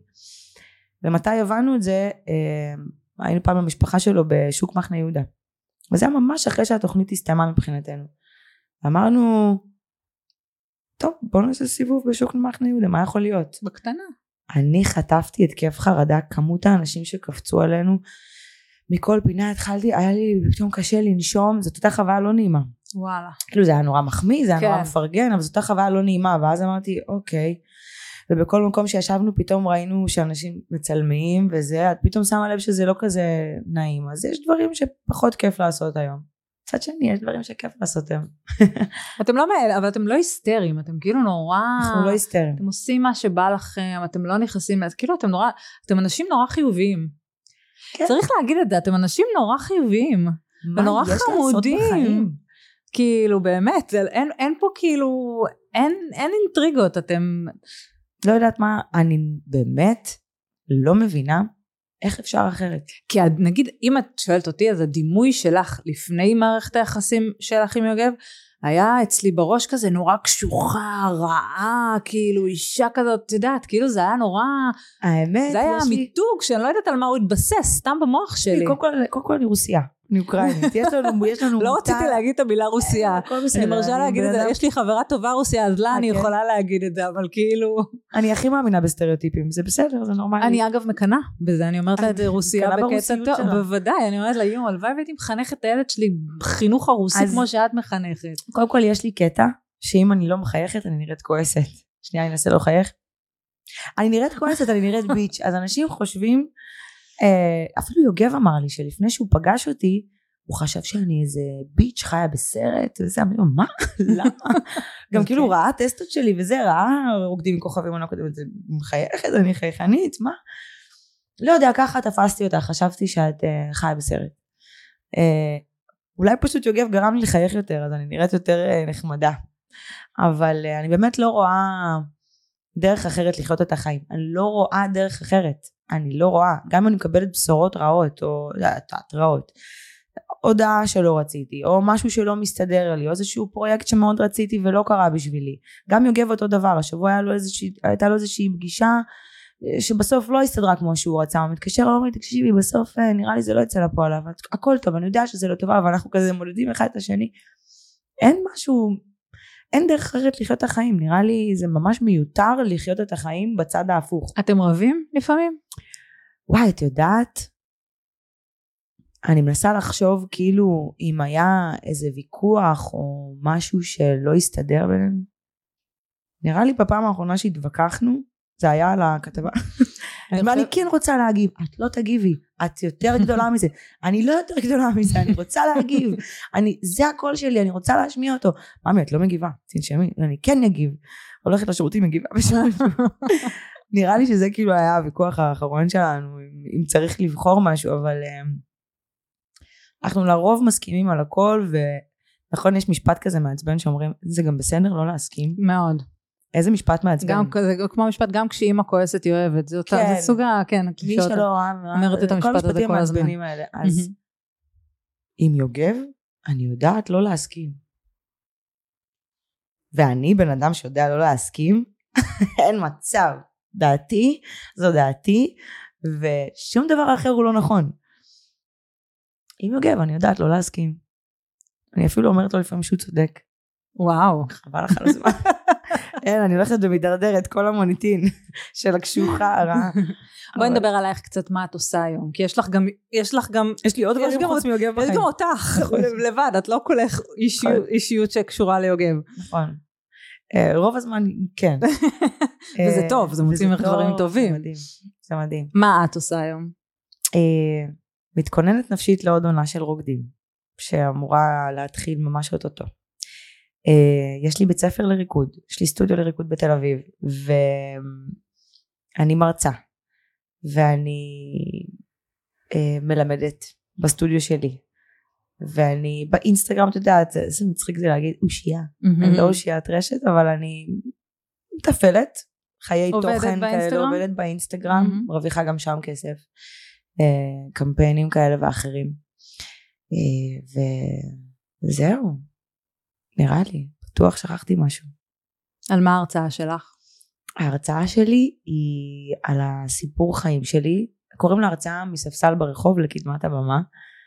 ומתי הבנו את זה, היינו פעם במשפחה שלו בשוק מחנה יהודה. וזה היה ממש אחרי שהתוכנית הסתיימה מבחינתנו. אמרנו, טוב, בואו נעשה סיבוב בשוק מחנה יהודה, מה יכול להיות? בקטנה. אני חטפתי את כיף חרדה, כמות האנשים שקפצו עלינו, מכל פינה התחלתי, היה לי פתאום קשה לנשום, זאת אותה חוויה לא נעימה. וואלה. כאילו זה היה נורא מחמיא, זה היה נורא מפרגן, אבל זאת אותה חוויה לא נעימה, ואז אמרתי, אוקיי, ובכל מקום שישבנו פתאום ראינו שאנשים מצלמים, וזה, את פתאום שמה לב שזה לא כזה נעים, אז יש דברים שפחות כיף לעשות היום. מצד שני, יש דברים שכיף לעשות היום. אבל אתם לא היסטריים, אתם כאילו נורא... אנחנו לא היסטריים. אתם עושים מה שבא לכם, אתם לא נכנסים, אז כאילו אתם אנשים נורא חיוביים. כן. צריך להגיד את זה, אתם אנשים נורא חיוביים, ונורא חמודים. כאילו באמת, אין פה כאילו, אין אינטריגות, אתם... לא יודעת מה, אני באמת לא מבינה איך אפשר אחרת. כי נגיד, אם את שואלת אותי, אז הדימוי שלך לפני מערכת היחסים שלך עם יוגב, היה אצלי בראש כזה נורא קשוחה, רעה, כאילו אישה כזאת, את יודעת, כאילו זה היה נורא, האמת, זה היה מיתוג שאני לא יודעת על מה הוא התבסס, סתם במוח שלי. קודם כל אני רוסיה, אני אוקראינית, יש לנו לא רציתי להגיד את המילה רוסיה, אני מרשה להגיד את זה, יש לי חברה טובה רוסיה, אז לה אני יכולה להגיד את זה, אבל כאילו... אני הכי מאמינה בסטריאוטיפים, זה בסדר, זה נורמלי. אני אגב מקנה בזה, אני אומרת לה את רוסיה בקטע טוב, בוודאי, אני אומרת לה, יום, הלוואי והייתי מחנכת את הילד שלי בחינוך הרוסי כמו שאת מחנכת. קודם כל יש לי קטע, שאם אני לא מחייכת, אני נראית כועסת. שנייה, אני אנסה לא לחייך. אני נראית כועסת, אני נראית ביץ'. אז אנשים חושבים, אפילו יוגב אמר לי שלפני שהוא פגש אותי, הוא חשב שאני איזה ביץ' חיה בסרט, וזה, אמרתי לו, מה? למה? גם כאילו הוא ראה טסטות שלי, וזה ראה רוקדים מכוכבים, אני מחייכת, אני חייכנית, מה? לא יודע, ככה תפסתי אותה, חשבתי שאת חיה בסרט. אולי פשוט יוגב גרם לי לחייך יותר, אז אני נראית יותר נחמדה. אבל אני באמת לא רואה דרך אחרת לחיות את החיים. אני לא רואה דרך אחרת. אני לא רואה. גם אם אני מקבלת בשורות רעות, או רעות, הודעה שלא רציתי, או משהו שלא מסתדר לי, או איזשהו פרויקט שמאוד רציתי ולא קרה בשבילי. גם יוגב אותו דבר. השבוע הייתה לו איזושהי פגישה, שבסוף לא הסתדרה כמו שהוא רצה, הוא מתקשר, הוא אומר, תקשיבי, בסוף נראה לי זה לא יצא לפועל, אבל הכל טוב, אני יודע שזה לא טובה, אבל אנחנו כזה מודדים אחד את השני, אין משהו, אין דרך אחרת לחיות את החיים, נראה לי זה ממש מיותר לחיות את החיים בצד ההפוך. אתם רבים לפעמים? וואי, את יודעת, אני מנסה לחשוב כאילו אם היה איזה ויכוח או משהו שלא הסתדר בינינו. נראה לי בפעם האחרונה שהתווכחנו, זה היה על הכתבה. ואני כן רוצה להגיב, את לא תגיבי, את יותר גדולה מזה, אני לא יותר גדולה מזה, אני רוצה להגיב, זה הקול שלי, אני רוצה להשמיע אותו. מאמי, את לא מגיבה, תנשמי, אני כן אגיב, הולכת לשירותים מגיבה בשביל. נראה לי שזה כאילו היה הוויכוח האחרון שלנו, אם צריך לבחור משהו, אבל אנחנו לרוב מסכימים על הכל, ונכון יש משפט כזה מעצבן שאומרים, זה גם בסדר לא להסכים. מאוד. איזה משפט מעצבן? גם כזה, כמו משפט, גם כשאימא כועסת היא אוהבת, זה סוג כן, מי שלא אומרת את המשפט הזה כל הזמן. אז עם יוגב, אני יודעת לא להסכים. ואני בן אדם שיודע לא להסכים, אין מצב. דעתי, זו דעתי, ושום דבר אחר הוא לא נכון. עם יוגב, אני יודעת לא להסכים. אני אפילו אומרת לו לפעמים שהוא צודק. וואו. חבל לך על הזמן. אין, אני הולכת ומדרדרת כל המוניטין של הקשוחה הרעה. בואי נדבר עלייך קצת מה את עושה היום, כי יש לך גם... יש לי עוד דברים חוץ מיוגב בחיים. יש גם אותך, לבד, את לא כולך אישיות שקשורה ליוגב. נכון. רוב הזמן, כן. וזה טוב, זה מוצאים לך דברים טובים. זה מדהים, זה מדהים. מה את עושה היום? מתכוננת נפשית לעוד עונה של רוקדים, שאמורה להתחיל ממש אותו. יש לי בית ספר לריקוד, יש לי סטודיו לריקוד בתל אביב, ואני מרצה, ואני מלמדת בסטודיו שלי, ואני באינסטגרם, אתה יודעת, זה מצחיק זה להגיד אושייה, אני לא אושיית רשת, אבל אני מטפלת, חיי תוכן כאלה, עובדת באינסטגרם, מרוויחה גם שם כסף, קמפיינים כאלה ואחרים, וזהו. נראה לי, בטוח שכחתי משהו. על מה ההרצאה שלך? ההרצאה שלי היא על הסיפור חיים שלי, קוראים להרצאה מספסל ברחוב לקדמת הבמה,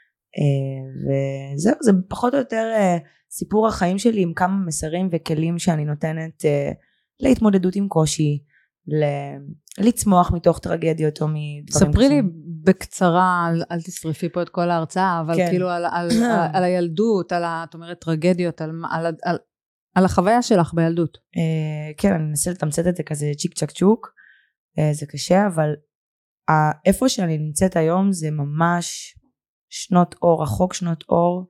וזהו, זה פחות או יותר סיפור החיים שלי עם כמה מסרים וכלים שאני נותנת להתמודדות עם קושי, לצמוח מתוך טרגדיות או מדברים קשים. ספרי לי בקצרה, אל תשרפי פה את כל ההרצאה, אבל כאילו על הילדות, את אומרת טרגדיות, על החוויה שלך בילדות. כן, אני אנסה לתמצת את זה כזה צ'יק צ'ק צ'וק, זה קשה, אבל איפה שאני נמצאת היום זה ממש שנות אור, רחוק שנות אור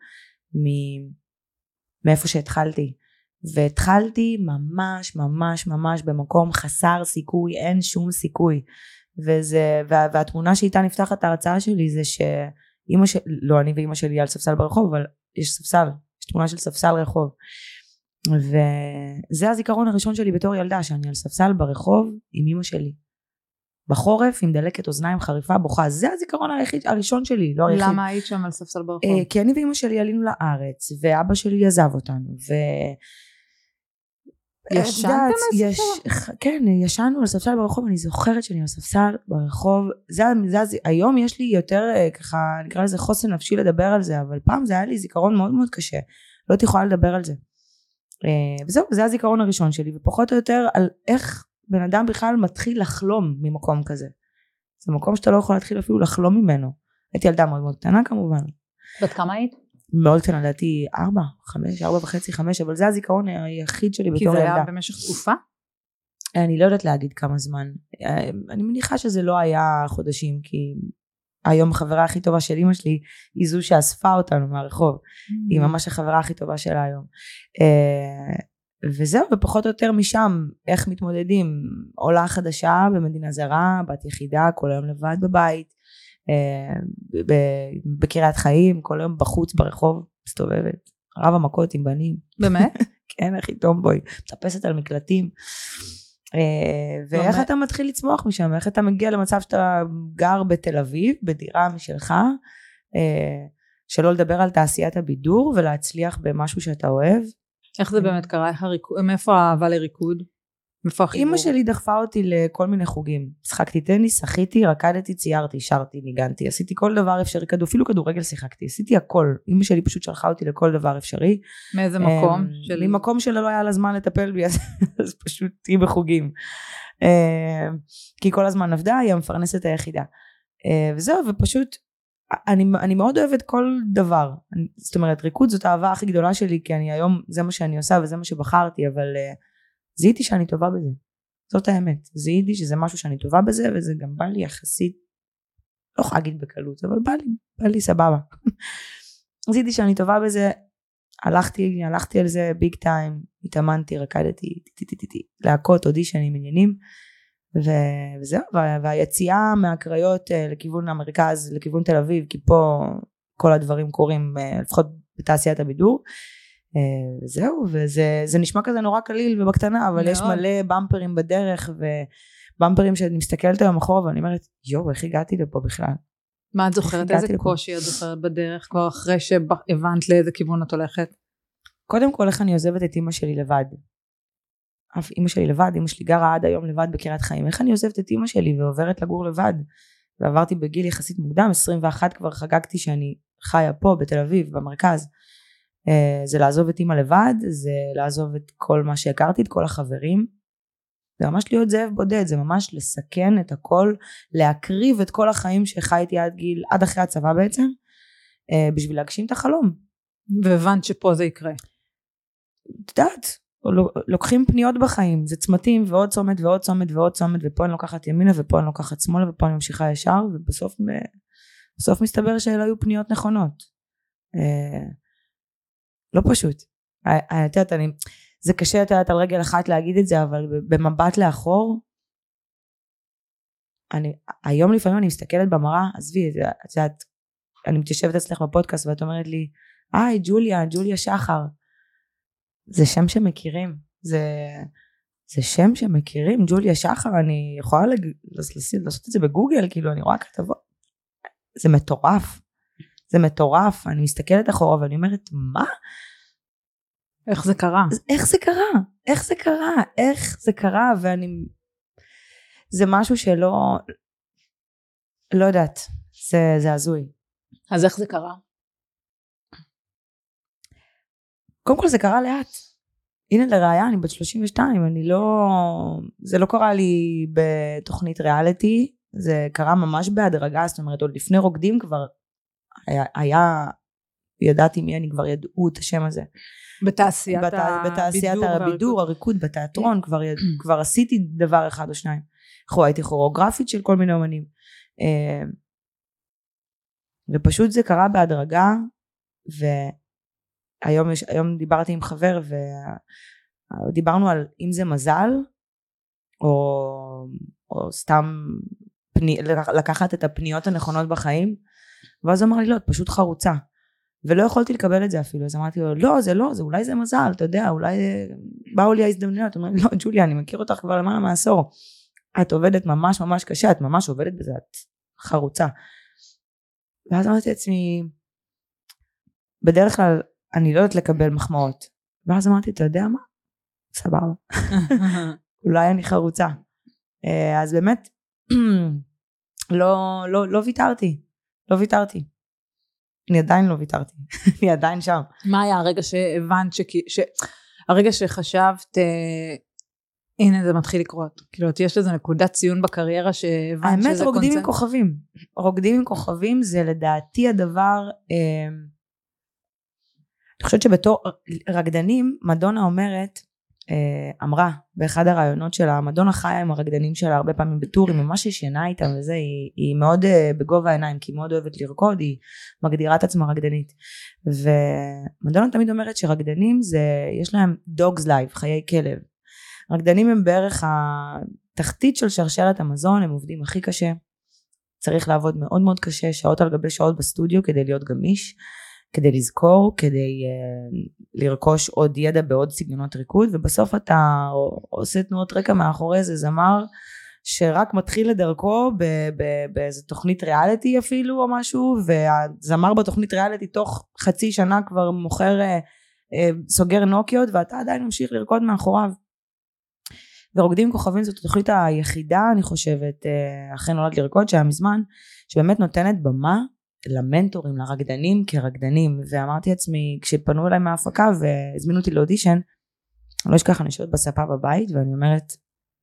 מאיפה שהתחלתי. והתחלתי ממש ממש ממש במקום חסר סיכוי, אין שום סיכוי, והתמונה שאיתה נפתחת ההרצאה שלי זה שאמא שלי, לא אני ואמא שלי על ספסל ברחוב, אבל יש ספסל, יש תמונה של ספסל רחוב, וזה הזיכרון הראשון שלי בתור ילדה, שאני על ספסל ברחוב עם אמא שלי, בחורף עם דלקת אוזניים חריפה בוכה, זה הזיכרון הראשון שלי, לא היחיד. למה היית שם על ספסל ברחוב? כי אני ואמא שלי עלינו לארץ, ואבא שלי עזב אותנו, ישנתם על ספסל? כן, ישנו על ספסל ברחוב, אני זוכרת שאני על ספסל ברחוב, היום יש לי יותר ככה, נקרא לזה חוסן נפשי לדבר על זה, אבל פעם זה היה לי זיכרון מאוד מאוד קשה, לא הייתי יכולה לדבר על זה. וזהו, זה הזיכרון הראשון שלי, ופחות או יותר על איך בן אדם בכלל מתחיל לחלום ממקום כזה. זה מקום שאתה לא יכול להתחיל אפילו לחלום ממנו. הייתי ילדה מאוד מאוד קטנה כמובן. בת כמה היית? מאוד קטנה, לדעתי 4.5, 5, אבל זה הזיכרון היחיד שלי בתור ילדה. כי זה היה במשך תקופה? אני לא יודעת להגיד כמה זמן. אני מניחה שזה לא היה חודשים, כי היום החברה הכי טובה של אמא שלי, היא זו שאספה אותנו מהרחוב. היא ממש החברה הכי טובה שלה היום. וזהו, ופחות או יותר משם, איך מתמודדים. עולה חדשה במדינה זרה, בת יחידה, כל היום לבד בבית, בקריית חיים, כל היום בחוץ ברחוב, מסתובבת, רב המכות עם בנים. באמת? כן, הכי טומבוי, מטפסת על מקלטים. ואיך אתה מתחיל לצמוח משם, איך אתה מגיע למצב שאתה גר בתל אביב, בדירה משלך, שלא לדבר על תעשיית הבידור, ולהצליח במשהו שאתה אוהב. איך זה באמת קרה? מאיפה האהבה לריקוד? אמא שלי דחפה אותי לכל מיני חוגים, שחקתי טניס, שחיתי, רקדתי, ציירתי, שרתי, ניגנתי, עשיתי כל דבר אפשרי, אפילו כדורגל שיחקתי, עשיתי הכל, אמא שלי פשוט שלחה אותי לכל דבר אפשרי. מאיזה מקום? ממקום שלה לא היה לה זמן לטפל בי, אז פשוט היא בחוגים, כי כל הזמן עבדה, היא המפרנסת היחידה, וזהו, ופשוט אני מאוד אוהבת כל דבר, זאת אומרת ריקוד זאת האהבה הכי גדולה שלי, כי אני היום זה מה שאני עושה וזה מה שבחרתי, אבל זיהיתי שאני טובה בזה, זאת האמת, זיהיתי שזה משהו שאני טובה בזה, וזה גם בא לי יחסית, לא יכולה להגיד בקלות, אבל בא לי סבבה, זיהיתי שאני טובה בזה, הלכתי על זה ביג טיים, התאמנתי, רקדתי, להקות, אודישנים, עניינים, וזהו, והיציאה מהקריות לכיוון המרכז, לכיוון תל אביב, כי פה כל הדברים קורים, לפחות בתעשיית הבידור, וזהו, וזה נשמע כזה נורא קליל ובקטנה, אבל יש מלא במפרים בדרך, ובמפרים שאני מסתכלת היום אחורה, ואני אומרת, איך הגעתי לפה בכלל? מה את זוכרת? איזה קושי את זוכרת בדרך, כבר אחרי שהבנת לאיזה כיוון את הולכת? קודם כל, איך אני עוזבת את אמא שלי לבד? אף אמא שלי לבד, אמא שלי גרה עד היום לבד בקריית חיים, איך אני עוזבת את אמא שלי ועוברת לגור לבד? ועברתי בגיל יחסית מוקדם, 21 כבר חגגתי שאני חיה פה בתל אביב, במרכז. זה לעזוב את אמא לבד, זה לעזוב את כל מה שהכרתי, את כל החברים, זה ממש להיות זאב בודד, זה ממש לסכן את הכל, להקריב את כל החיים שחייתי עד אחרי הצבא בעצם, בשביל להגשים את החלום. והבנת שפה זה יקרה. את יודעת, לוקחים פניות בחיים, זה צמתים ועוד צומת ועוד צומת ועוד צומת, ופה אני לוקחת ימינה ופה אני לוקחת שמאלה ופה אני ממשיכה ישר, ובסוף מסתבר שאלה היו פניות נכונות. לא פשוט. את יודעת, זה קשה על רגל אחת להגיד את זה, אבל במבט לאחור, היום לפעמים אני מסתכלת במראה, עזבי, את יודעת, אני מתיישבת אצלך בפודקאסט ואת אומרת לי, היי ג'וליה שחר, זה שם שמכירים, זה שם שמכירים, ג'וליה שחר, אני יכולה לעשות את זה בגוגל, כאילו אני רואה כתבות, זה מטורף, אני מסתכלת אחורה ואני אומרת, מה? איך זה קרה? איך זה קרה, זה משהו שלא, לא יודעת, זה הזוי. אז איך זה קרה? קודם כל זה קרה לאט. הנה לראיה, אני בת 32, זה לא קרה לי בתוכנית ריאליטי, זה קרה ממש בהדרגה, זאת אומרת, עוד לפני רוקדים כבר ידעתי מי אני, כבר ידעו את השם הזה. בתעשיית הבידור, הריקוד, בתיאטרון, כבר עשיתי דבר אחד או שניים. הייתי כוריאוגרפית של כל מיני אומנים. ופשוט זה קרה בהדרגה, והיום דיברתי עם חבר, ודיברנו על אם זה מזל, או סתם לקחת את הפניות הנכונות בחיים, ואז אמר לי, לא, את פשוט חרוצה. ולא יכולתי לקבל את זה אפילו, אז אמרתי לו, לא, זה אולי זה מזל, אתה יודע, אולי באו לי ההזדמנויות, הוא אומר, לא, ג'וליה, אני מכיר אותך כבר למעלה מעשור, את עובדת ממש ממש קשה, את ממש עובדת בזה, את חרוצה. ואז אמרתי לעצמי, בדרך כלל, אני לא יודעת לקבל מחמאות, ואז אמרתי, אתה יודע מה? סבבה. אולי אני חרוצה. אז באמת, לא ויתרתי. אני עדיין לא ויתרתי, אני עדיין שם. מה היה הרגע שהבנת, הרגע שחשבת, הנה זה מתחיל לקרות, כאילו יש לזה נקודת ציון בקריירה שהבנת שזה האמת רוקדים עם כוכבים זה לדעתי הדבר, אני חושבת שבתור רקדנים, מדונה אמרה באחד הרעיונות שלה, מדונה חיה עם הרקדנים שלה הרבה פעמים בטור, היא ממש ישנה איתם וזה, היא מאוד בגובה העיניים, כי היא מאוד אוהבת לרקוד, היא מגדירה את עצמה רקדנית, ומדונה תמיד אומרת שרקדנים יש להם dog's life, חיי כלב, רקדנים הם בערך התחתית של שרשרת המזון, הם עובדים הכי קשה, צריך לעבוד מאוד מאוד קשה, שעות על גבי שעות בסטודיו כדי להיות גמיש, כדי לזכור, כדי לרכוש עוד ידע בעוד סגנונות ריקוד, ובסוף אתה עושה תנועות רקע מאחורי איזה זמר, שרק מתחיל לדרכו באיזה תוכנית ריאליטי אפילו או משהו, והזמר בתוכנית ריאליטי תוך חצי שנה כבר מוכר, סוגר נוקיות, ואתה עדיין ממשיך לרקוד מאחוריו. ורוקדים עם כוכבים זאת התוכנית היחידה, אני חושבת, אחרי נולד לרקוד, שהיה מזמן, שבאמת נותנת במה למנטורים, לרקדנים כרקדנים, ואמרתי לעצמי, כשפנו אליי מההפקה והזמינו אותי לאודישן, אני לא אשכח, אני יושבת בספה בבית, ואני אומרת,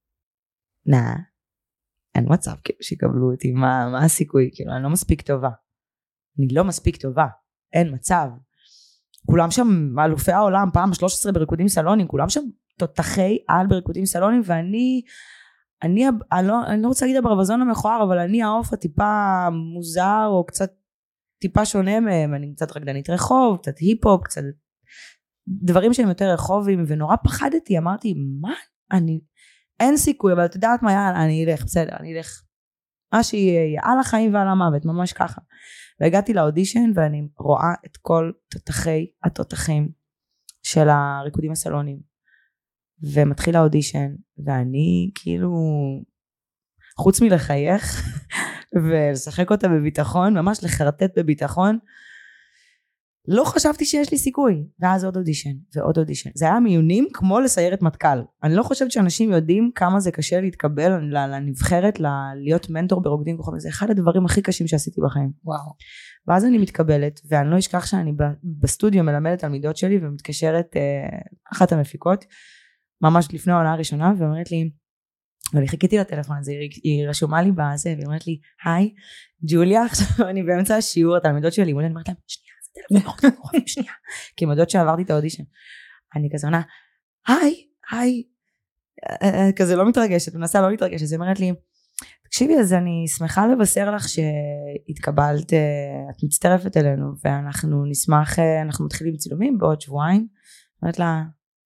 אין מצב שיקבלו אותי, מה הסיכוי? כאילו, אני לא מספיק טובה. אני לא מספיק טובה, אין מצב. כולם שם, אלופי העולם, פעם 13 בריקודים סלונים, כולם שם תותחי על בריקודים סלונים, ואני, אני לא רוצה להגיד הברווזון המכוער, אבל אני העוף הטיפה מוזר, או קצת טיפה שונה מהם, אני קצת רקדנית רחוב, קצת היפ-הופ, קצת דברים שהם יותר רחובים, ונורא פחדתי, אמרתי, מה? אין סיכוי, אבל את יודעת מה, אני אלך, בסדר, אני אלך, מה שיהיה, על החיים ועל המוות, ממש ככה. והגעתי לאודישן, ואני רואה את כל התותחים של הריקודים הסלונים, ומתחיל האודישן, ואני כאילו, חוץ מלחייך, ולשחק אותה בביטחון, ממש לחרטט בביטחון, לא חשבתי שיש לי סיכוי, ואז עוד אודישן, ועוד אודישן. זה היה מיונים כמו לסיירת מטכ"ל. אני לא חושבת שאנשים יודעים כמה זה קשה להתקבל לנבחרת, להיות מנטור ברוקדים כוכבים. זה אחד הדברים הכי קשים שעשיתי בחיים. וואו. ואז אני מתקבלת, ואני לא אשכח שאני בסטודיו מלמדת תלמידות שלי, ומתקשרת אחת המפיקות, ממש לפני העונה הראשונה, ואומרת לי, ואני חיכיתי לטלפון הזה, היא רשומה לי בזה, והיא אומרת לי, היי, ג'וליה, עכשיו אני באמצע השיעור, התלמידות שלי, אני אומרת להם, שנייה, כי הם יודעות שעברתי את האודישן, אני כזה עונה, היי, כזה לא מתרגשת, מנסה לא להתרגשת, אז היא אומרת לי, תקשיבי, אז אני שמחה לבשר לך שהתקבלת, את מצטרפת אלינו, ואנחנו נשמח, אנחנו מתחילים צילומים בעוד שבועיים, אומרת לה,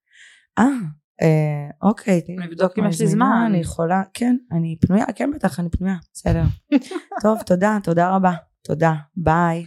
אוקיי, נבדוק אם יש לי זמן, אני יכולה, כן, אני פנויה, כן בטח, אני פנויה, בסדר, טוב, תודה רבה, תודה, ביי.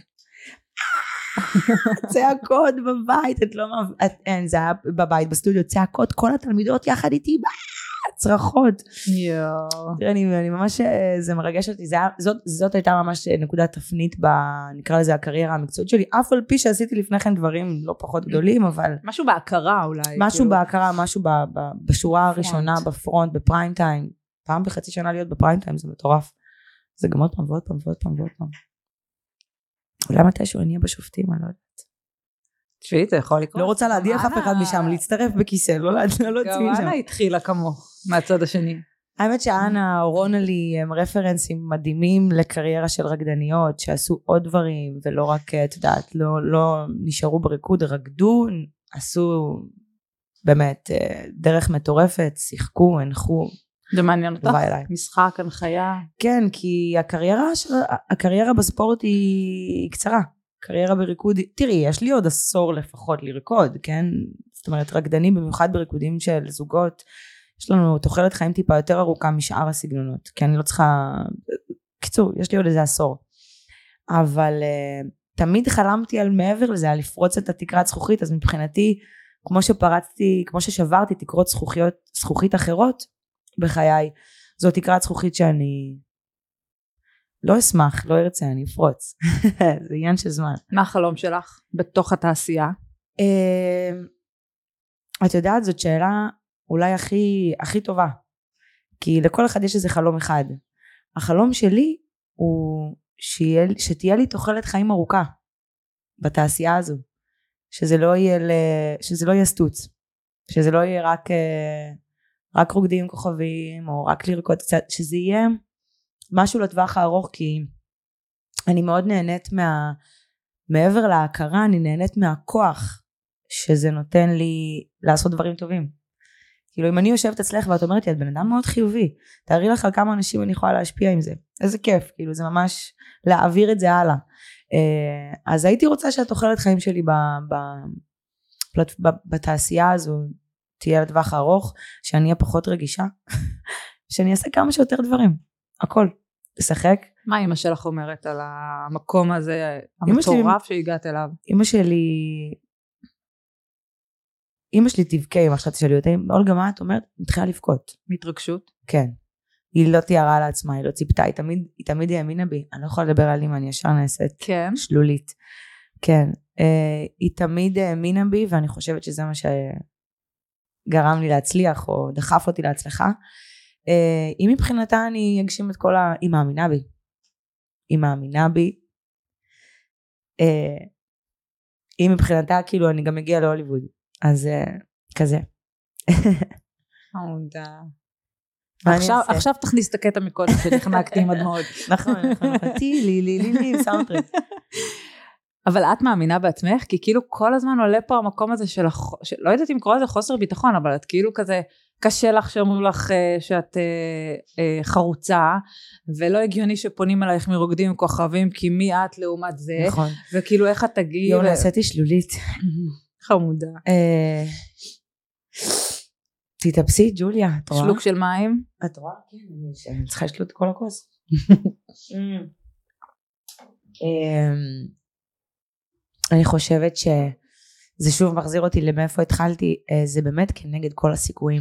צעקות בבית, זה היה בבית, בסטודיו, צעקות, כל התלמידות יחד איתי, צרחות. אני ממש, זה מרגש אותי, זאת הייתה ממש נקודת תפנית, נקרא לזה הקריירה המקצועית שלי, אף על פי שעשיתי לפני כן דברים לא פחות גדולים, אבל... משהו בהכרה אולי. משהו בהכרה, משהו בשורה הראשונה, בפרונט, בפריים טיים, פעם בחצי שנה להיות בפריים טיים, זה מטורף. זה גם עוד פעם ועוד פעם ועוד פעם ועוד פעם. אולי מתישהו אני אהיה בשופטים, אני לא יודעת. תשמעי, זה יכול לקרות. לא רוצה להדיח אף אחד משם, להצטרף בכיסא, לא להצמיע שם. גם אנה התחילה כמוך, מהצד השני. האמת שאנה, רונלי, הם רפרנסים מדהימים לקריירה של רקדניות, שעשו עוד דברים, ולא רק, את יודעת, לא נשארו בריקוד, רקדו, עשו באמת דרך מטורפת, שיחקו, הנחו. זה מעניין אותך? משחק, הנחיה? כן, כי הקריירה בספורט היא קצרה. קריירה בריקוד, תראי, יש לי עוד עשור לפחות לרקוד, כן? זאת אומרת, רקדנים במיוחד בריקודים של זוגות, יש לנו תוחלת חיים טיפה יותר ארוכה משאר הסגנונות, כי אני לא צריכה, קיצור, יש לי עוד איזה עשור. אבל תמיד חלמתי על מעבר לזה, על לפרוץ את התקרת זכוכית, אז מבחינתי, כמו ששברתי תקרות זכוכית אחרות בחיי, זו תקרת זכוכית שאני לא אשמח, לא ארצה, אני אפרוץ. זה עניין של זמן. מה החלום שלך בתוך התעשייה? את יודעת, זאת שאלה אולי הכי טובה. כי לכל אחד יש איזה חלום אחד. החלום שלי הוא שתהיה לי תוחלת חיים ארוכה בתעשייה הזו. שזה לא יהיה סטוץ. שזה לא יהיה רק רוקדים עם כוכבים, או רק לרקוד קצת, שזה יהיה משהו לטווח הארוך, כי אני מאוד נהנית מעבר להכרה, אני נהנית מהכוח שזה נותן לי לעשות דברים טובים. כאילו אם אני יושבת אצלך ואת אומרת לי, את בן אדם מאוד חיובי, תארי לך על כמה אנשים אני יכולה להשפיע עם זה, איזה כיף, כאילו זה ממש להעביר את זה הלאה. אז הייתי רוצה שהתוחלת חיים שלי בתעשייה הזו תהיה לטווח הארוך, שאני אהיה פחות רגישה, שאני אעשה כמה שיותר דברים, הכל, לשחק. מה אמא שלך אומרת על המקום הזה, המטורף שהגעת אליו? אמא שלי תבכה אם עכשיו תשאלי אותי, אולגה מה את אומרת? מתחילה לבכות. מתרגשות? כן. היא לא תיארה לעצמה, היא לא ציפתה, היא תמיד האמינה בי, אני לא יכולה לדבר על אמא, אני ישר נעשית כן. שלולית. כן. היא תמיד האמינה בי, ואני חושבת שזה מה גרם לי להצליח, או דחף אותי להצלחה, היא מבחינתה אני אגשים את כל היא מאמינה בי. היא מאמינה בי. היא מבחינתה, כאילו, אני גם מגיעה להוליווד. אז כזה. עכשיו תכניס את הקטע מקודם שנחנקתי עם הדמעות. נכון, לי, סאונדטרק. אבל את מאמינה בעצמך? כי כאילו כל הזמן עולה פה המקום הזה של, לא יודעת אם קורא לזה חוסר ביטחון, אבל את כאילו כזה, קשה לך שאומרים לך שאת חרוצה, ולא הגיוני שפונים אלייך מרוקדים כוכבים, כי מי את לעומת זה, נכון. וכאילו איך את תגיעי. יו, נעשיתי שלולית. חמודה. תתאפסי, ג'וליה, את רואה? שלוק של מים? את רואה? כן, אני צריכה לשלוט כל הכוס. אני חושבת שזה שוב מחזיר אותי למאיפה התחלתי, זה באמת כנגד כל הסיכויים.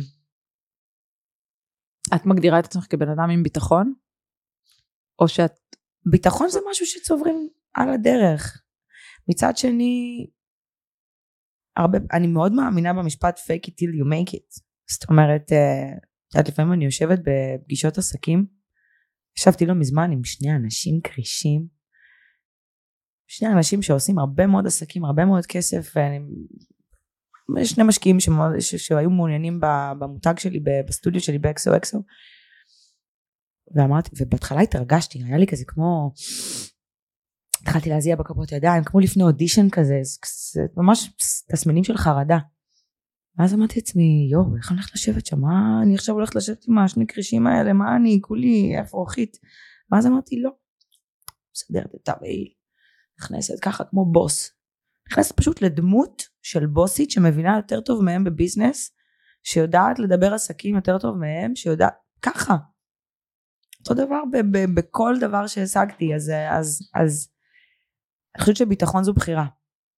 את מגדירה את עצמך כבן אדם עם ביטחון? או שאת... ביטחון זה משהו שצוברים על הדרך. מצד שני, אני מאוד מאמינה במשפט fake it till you make it. זאת אומרת, לפעמים אני יושבת בפגישות עסקים, ישבתי לא מזמן עם שני אנשים קרישים, שני אנשים שעושים הרבה מאוד עסקים, הרבה מאוד כסף, שני משקיעים שהיו מעוניינים במותג שלי, בסטודיו שלי, באקסו, ואמרתי, ובהתחלה התרגשתי, היה לי כזה כמו, התחלתי להזיע בכפות ידיים, כמו לפני אודישן כזה, זה ממש תסמינים של חרדה. ואז אמרתי לעצמי, איך אני הולכת לשבת שם? מה אני עכשיו הולכת לשבת עם השני קרישים האלה? מה אני, כולי, איפה אוכית? ואז אמרתי, לא, מסדרת את הבעיל. נכנסת ככה כמו בוס. נכנסת פשוט לדמות של בוסית שמבינה יותר טוב מהם בביזנס, שיודעת לדבר עסקים יותר טוב מהם, שיודעת ככה. אותו דבר בכל דבר שהשגתי, אז אני חושבת שביטחון זו בחירה.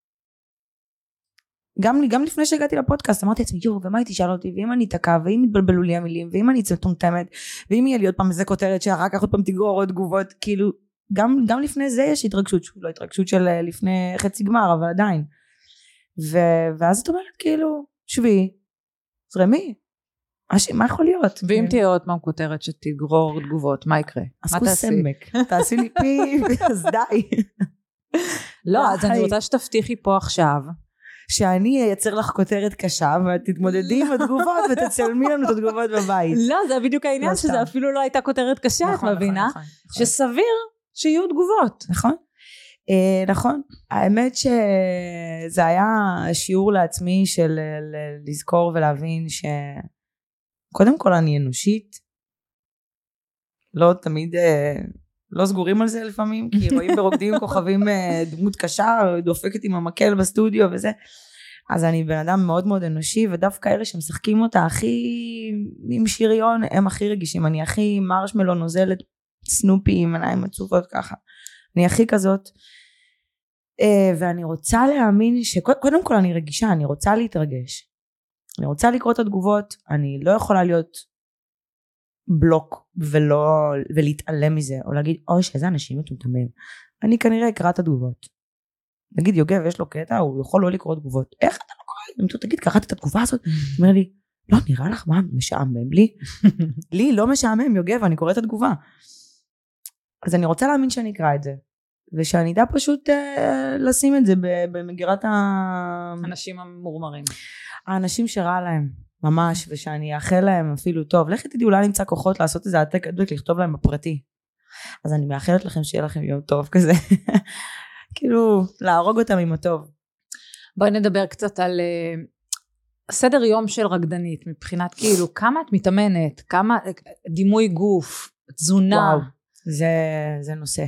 גם לפני שהגעתי לפודקאסט, אמרתי לעצמי, ומה היא תשאל אותי, ואם אני תקע, ואם יתבלבלו לי המילים, ואם אני צטומטמת, ואם יהיה לי עוד פעם איזה כותרת, שאחר כך עוד פעם תגרור עוד תגובות, כאילו, גם לפני זה יש התרגשות, לא התרגשות של לפני חצי גמר, אבל עדיין. ואז את אומרת, כאילו, שבי, זרמי, מה יכול להיות? ואם תהיה עוד פעם כותרת שתגרור תגובות, מה יקרה? עשו סמק, תעשי לי פי, אז די. לא, אז אני רוצה שתבטיחי פה עכשיו, שאני אייצר לך כותרת קשה, ותתמודדי עם התגובות, ותצלמי לנו את התגובות בבית. לא, זה בדיוק העניין, שזה אפילו לא הייתה כותרת קשה, את מבינה? שסביר שיהיו תגובות. נכון. נכון. האמת שזה היה שיעור לעצמי של לזכור ולהבין שקודם כל אני אנושית, לא תמיד, לא סגורים על זה לפעמים, כי רואים ברוקדים כוכבים דמות קשה, דופקת עם המקל בסטודיו וזה, אז אני בן אדם מאוד מאוד אנושי, ודווקא אלה שמשחקים אותה הכי עם שריון, הם הכי רגישים, אני הכי מרשמלו נוזלת, סנופי עם עיניים עצובות ככה, אני הכי כזאת, ואני רוצה להאמין שקודם כל אני רגישה, אני רוצה להתרגש, אני רוצה לקרוא את התגובות, אני לא יכולה להיות בלוק ולהתעלם מזה, או להגיד, שאיזה אנשים מטומטמים, אני כנראה אקרא את התגובות, נגיד יוגב יש לו קטע, הוא יכול לא לקרוא תגובות, איך אתה לא קורא? תגיד, קראת את התגובה הזאת? אומר לי, לא, נראה לך מה, משעמם לי? לי לא משעמם, יוגב, אני קורא את התגובה. אז אני רוצה להאמין שאני אקרא את זה, ושאני אדע פשוט לשים את זה במגירת האנשים המורמרים. האנשים שרע להם, ממש, ושאני אאחל להם אפילו טוב. לכי תדעי, אולי נמצא כוחות לעשות איזה העתק הדבק, לכתוב להם בפרטי. אז אני מאחלת לכם שיהיה לכם יום טוב כזה. כאילו, להרוג אותם עם הטוב. בואי נדבר קצת על סדר יום של רקדנית, מבחינת כאילו, כמה את מתאמנת, כמה דימוי גוף, תזונה. וואו, זה נושא.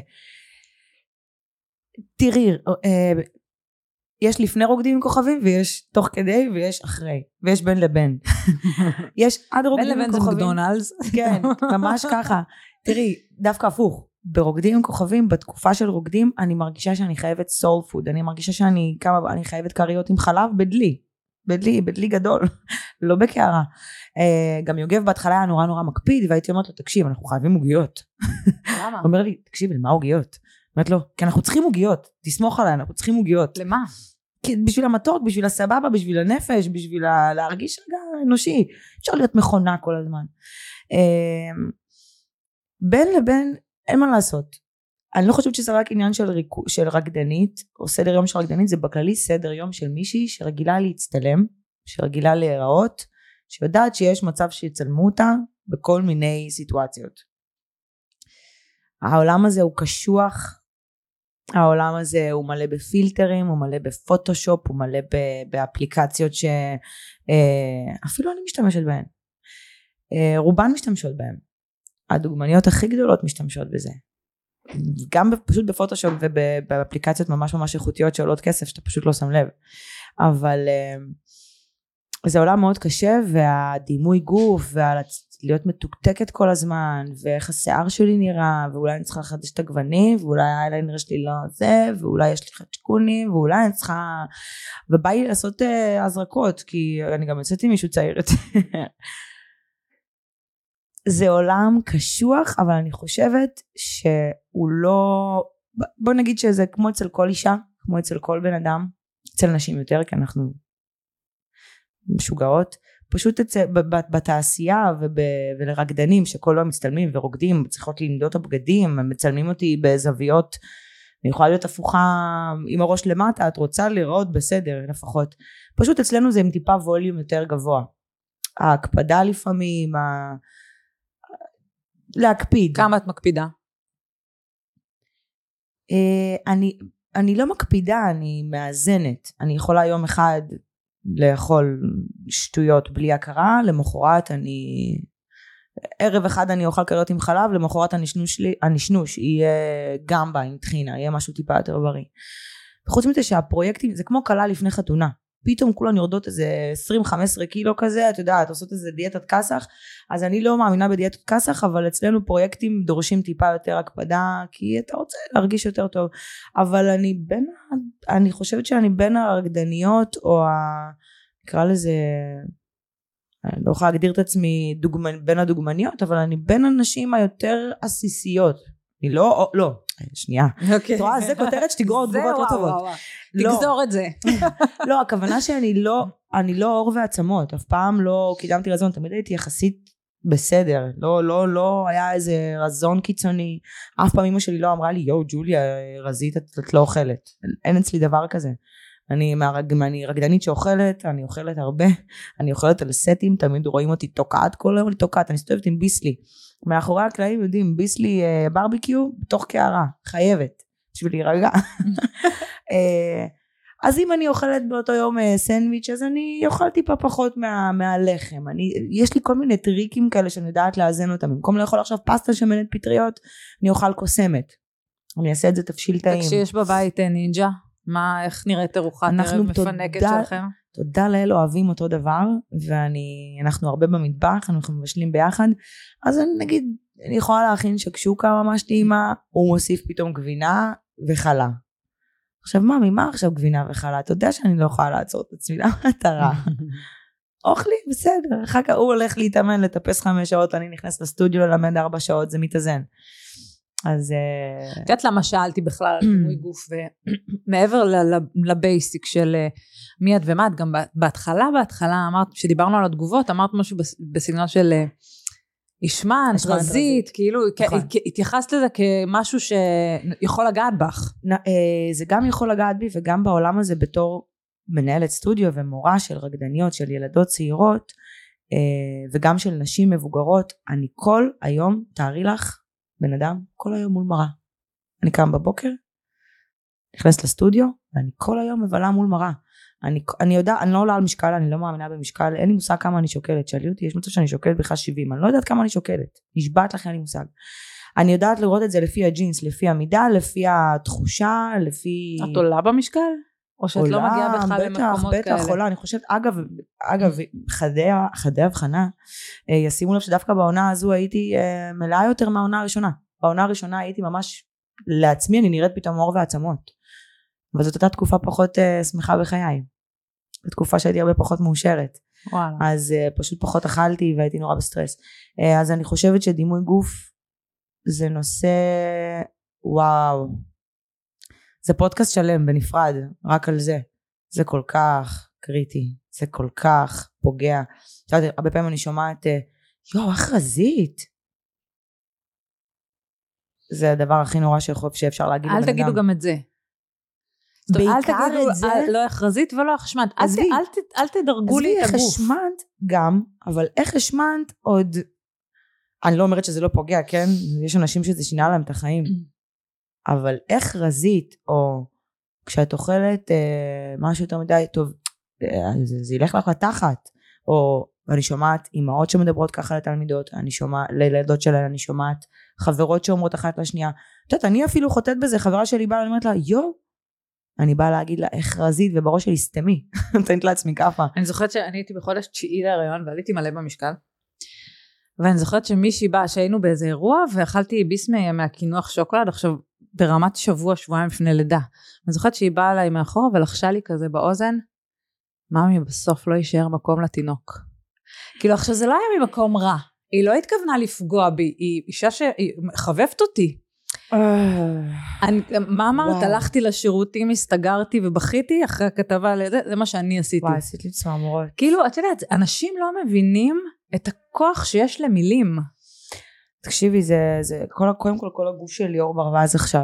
תראי, יש לפני רוקדים עם כוכבים, ויש תוך כדי, ויש אחרי, ויש בין לבין. יש עד רוקדים עם כוכבים. בין לבין זה מקדונלדס. כן, ממש ככה. תראי, דווקא הפוך. ברוקדים עם כוכבים, בתקופה של רוקדים, אני מרגישה שאני חייבת סול פוד, אני מרגישה שאני חייבת קריות עם חלב בדלי גדול, לא בקערה. גם יוגב בהתחלה היה נורא נורא מקפיד, והייתי אומרת לו, תקשיב, אנחנו חייבים עוגיות. למה? הוא אומר לי, תקשיב, למה עוגיות? אומרת לו, כי אנחנו צריכים עוגיות, תסמוך עליי, אנחנו צריכים עוגיות. למה? כי בשביל המתוק, בשביל הסבבה, בשביל הנפש, בשביל להרגיש רגע אנושי, אפשר להיות מכונה כל הזמן. בין לבין, אין מה לעשות. אני לא חושבת שזה רק עניין של רקדנית, או סדר יום של רקדנית, זה בכללי סדר יום של מישהי שרגילה להצטלם, שרגילה להיראות, שיודעת שיש מצב שיצלמו אותה בכל מיני סיטואציות. העולם הזה הוא קשוח, העולם הזה הוא מלא בפילטרים, הוא מלא בפוטושופ, הוא מלא באפליקציות שאפילו אני משתמשת בהן. רובן משתמשות בהן. הדוגמניות הכי גדולות משתמשות בזה. גם פשוט בפוטושופ ובאפליקציות ממש ממש איכותיות שעולות כסף, שאתה פשוט לא שם לב. אבל זה עולם מאוד קשה, והדימוי גוף, להיות מתוקתקת כל הזמן, ואיך השיער שלי נראה, ואולי אני צריכה לחדש את הגוונים, ואולי האייליינר שלי לא זה, ואולי יש לי חדשקונים, ואולי אני צריכה, ובא לי לעשות הזרקות, כי אני גם יוצאתי מישהו צעיר יותר. זה עולם קשוח, אבל אני חושבת שהוא לא, בוא נגיד שזה כמו אצל כל אישה, כמו אצל כל בן אדם, אצל נשים יותר, כי אנחנו משוגעות, פשוט בתעשייה ולרקדנים שכל לא מצטלמים ורוקדים, צריכות לנדוד את הבגדים, הם מצלמים אותי בזוויות, אני יכולה להיות הפוכה עם הראש למטה, את רוצה לראות בסדר לפחות, פשוט אצלנו זה עם טיפה ווליום יותר גבוה, ההקפדה לפעמים, להקפיד. כמה את מקפידה? אני לא מקפידה, אני מאזנת, אני יכולה יום אחד לאכול שטויות בלי הכרה, למחרת ערב אחד אני אוכל קריות עם חלב, למחרת הנשנוש יהיה גמבה עם טחינה, יהיה משהו טיפה יותר בריא. וחוץ מזה שהפרויקטים, זה כמו קלה לפני חתונה, פתאום כולן יורדות איזה 20-15 קילו כזה, את יודעת, עושות איזה דיאטת קסח, אז אני לא מאמינה בדיאטת קסח, אבל אצלנו פרויקטים דורשים טיפה יותר הקפדה, כי אתה רוצה להרגיש יותר טוב, אבל אני חושבת שאני בין הרקדניות, או נקרא לזה, אני לא יכולה להגדיר את עצמי בין הדוגמניות, אבל אני בין הנשים היותר עסיסיות, אני לא, שנייה, את רואה, זה כותרת שתגרור תגובות לא טובות. תגזור את זה. לא, הכוונה שאני לא אור ועצמות, אף פעם לא קידמתי רזון, תמיד הייתי יחסית בסדר, לא היה איזה רזון קיצוני, אף פעם אמא שלי לא אמרה לי, יו ג'וליה רזית את לא אוכלת, אין אצלי דבר כזה. אני רקדנית שאוכלת, אני אוכלת הרבה, אני אוכלת על סטים, תמיד רואים אותי תוקעת כל היום, אני סתובבת עם ביסלי, מאחורי הקלעים יודעים, ביסלי ברביקיו, בתוך קערה, חייבת, בשביל להירגע. אז אם אני אוכלת באותו יום סנדוויץ', אז אני אוכל טיפה פחות מהלחם, יש לי כל מיני טריקים כאלה שאני יודעת לאזן אותם, במקום לאכול עכשיו פסטה שמנת פטריות, אני אוכל קוסמת, אני אעשה את זה תבשיל טעים. וכשיש בבית נינג'ה, איך נראית ארוחת ערב מפנקת שלכם? תודה לאל אוהבים אותו דבר, ואנחנו הרבה במטבח, אנחנו מבשלים ביחד, אז אני יכולה להכין שקשוקה ממש טעימה, הוא מוסיף פתאום גבינה וחלה. עכשיו מה עכשיו גבינה וחלה? אתה יודע שאני לא יכולה לעצור את עצמי, למה אתה רע? אוכלי, בסדר, אחר כך הוא הולך להתאמן, לטפס 5 שעות, אני נכנס לסטודיו ללמד 4 שעות, זה מתאזן. אז יודעת למה שאלתי בכלל על דימוי גוף, ומעבר לבייסיק של מי את ומה את, גם בהתחלה אמרת, שדיברנו על התגובות, אמרת משהו בסגנון של ישמן, רזית, כאילו התייחסת לזה כמשהו שיכול לגעת בך. זה גם יכול לגעת בי, וגם בעולם הזה בתור מנהלת סטודיו ומורה של רקדניות, של ילדות צעירות, וגם של נשים מבוגרות, אני כל היום, תארי לך, בן אדם, כל היום מול מראה. אני קם בבוקר, נכנס לסטודיו, ואני כל היום מבלה מול מראה. אני לא עולה על משקל, אני לא מאמינה במשקל, אין לי מושג כמה אני שוקלת, שאלי אותי, יש מצב שאני שוקלת בכלל 70, אני לא יודעת כמה אני שוקלת, נשבעת לך, אין לי מושג. אני יודעת לראות את זה לפי הג'ינס, לפי המידה, לפי התחושה, לפי... את עולה במשקל? או שאת לא מגיעה בכלל למקומות כאלה? בטח, עולה, אני חושבת, אגב, חדי הבחנה, ישימו לב שדווקא בעונה הזו הייתי מלאה יותר מהעונה הראשונה. בעונה הראשונה הייתי ממש לעצמי, אני נראית פתאום אור ועצמות. וזאת הייתה תקופה פחות שמחה בחיי. תקופה שהייתי הרבה פחות מאושרת. וואלה. אז פשוט פחות אכלתי והייתי נורא בסטרס. אז אני חושבת שדימוי גוף זה נושא, וואו. זה פודקאסט שלם בנפרד, רק על זה. זה כל כך קריטי, זה כל כך פוגע. הרבה פעמים אני שומעת, יו, איך רזית. זה הדבר הכי נורא שאפשר להגיד לבן אדם. אל תגידו גם את זה. אל תגידו לא הכרזית ולא החשמנת. אל תדרגו לי את הגוף. איך השמנת גם, אבל איך השמנת עוד, אני לא אומרת שזה לא פוגע, כן? יש אנשים שזה שינה להם את החיים. אבל איך רזית, או כשאת אוכלת משהו יותר מדי טוב, זה ילך לך לתחת. או אני שומעת אמהות שמדברות ככה לתלמידות, אני שומעת, לילדות שלהן אני שומעת, חברות שאומרות אחת לשנייה. את יודעת, אני אפילו חוטאת בזה, חברה שלי באה, אני אומרת לה, אני באה להגיד לה איך רזית, ובראש שלי סתמי, נתנת לעצמי ככה. אני זוכרת שאני הייתי בחודש 9 להיריון, ועליתי מלא במשקל, ואני זוכרת שמישהי באה, שהיינו באיזה אירוע, ואכלתי ביס מהקינוח שוקולד, עכשיו ברמת שבועיים לפני לידה. אני זוכרת שהיא באה אליי מאחורה, ולחשה לי כזה באוזן, ממי בסוף לא יישאר מקום לתינוק. כאילו עכשיו זה לא היה ממקום רע, היא לא התכוונה לפגוע בי, היא אישה שחבבת אותי. מה אמרת? הלכתי לשירותים, הסתגרתי ובכיתי אחרי הכתבה, זה מה שאני עשיתי. וואי, עשית לי צמרמורת. כאילו, את יודעת, אנשים לא מבינים את הכוח שיש למילים. תקשיבי, זה קודם כל הגוף של ליאור ברווז עכשיו.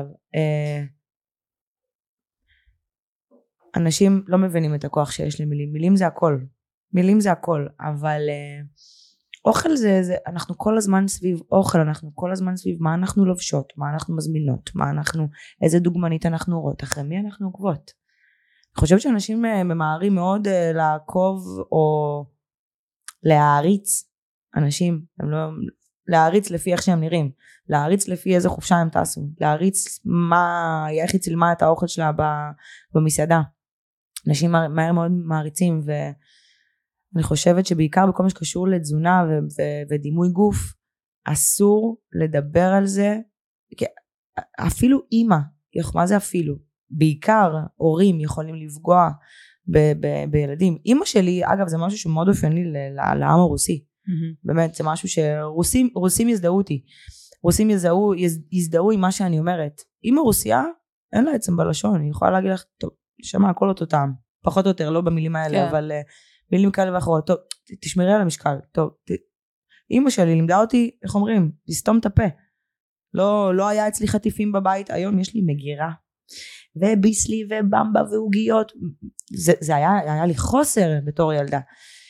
אנשים לא מבינים את הכוח שיש למילים. מילים זה הכל. מילים זה הכל, אבל אוכל זה, אנחנו כל הזמן סביב אוכל, אנחנו כל הזמן סביב מה אנחנו לובשות, מה אנחנו מזמינות, איזה דוגמנית אנחנו רואות, אחרי מי אנחנו עוקבות. אני חושבת שאנשים ממהרים מאוד לעקוב או להעריץ אנשים, הם לא, להעריץ לפי איך שהם נראים, להעריץ לפי איזה חופשה הם טסו, להעריץ איך היא צילמה את האוכל שלה במסעדה. אנשים מהר מאוד מעריצים, ואני חושבת שבעיקר בכל מה שקשור לתזונה ודימוי גוף, אסור לדבר על זה, אפילו אימא, מה זה אפילו? בעיקר הורים יכולים לפגוע בילדים. אימא שלי, אגב, זה משהו שמאוד אופייני לעם הרוסי, באמת, זה משהו שרוסים יזדהו אותי, רוסים יזדהו עם מה שאני אומרת. אימא רוסייה, אין לה עצם בלשון, היא יכולה להגיד לך, טוב, שמע, הכל אותו טעם, פחות או יותר, לא במילים האלה, אבל מילים כאלה ואחרות, טוב, תשמרי על המשקל, טוב, אמא שלי לימדה אותי, איך אומרים, לסתום את הפה, לא היה אצלי חטיפים בבית, היום יש לי מגירה, וביסלי ובמבה ועוגיות, זה היה לי חוסר בתור ילדה,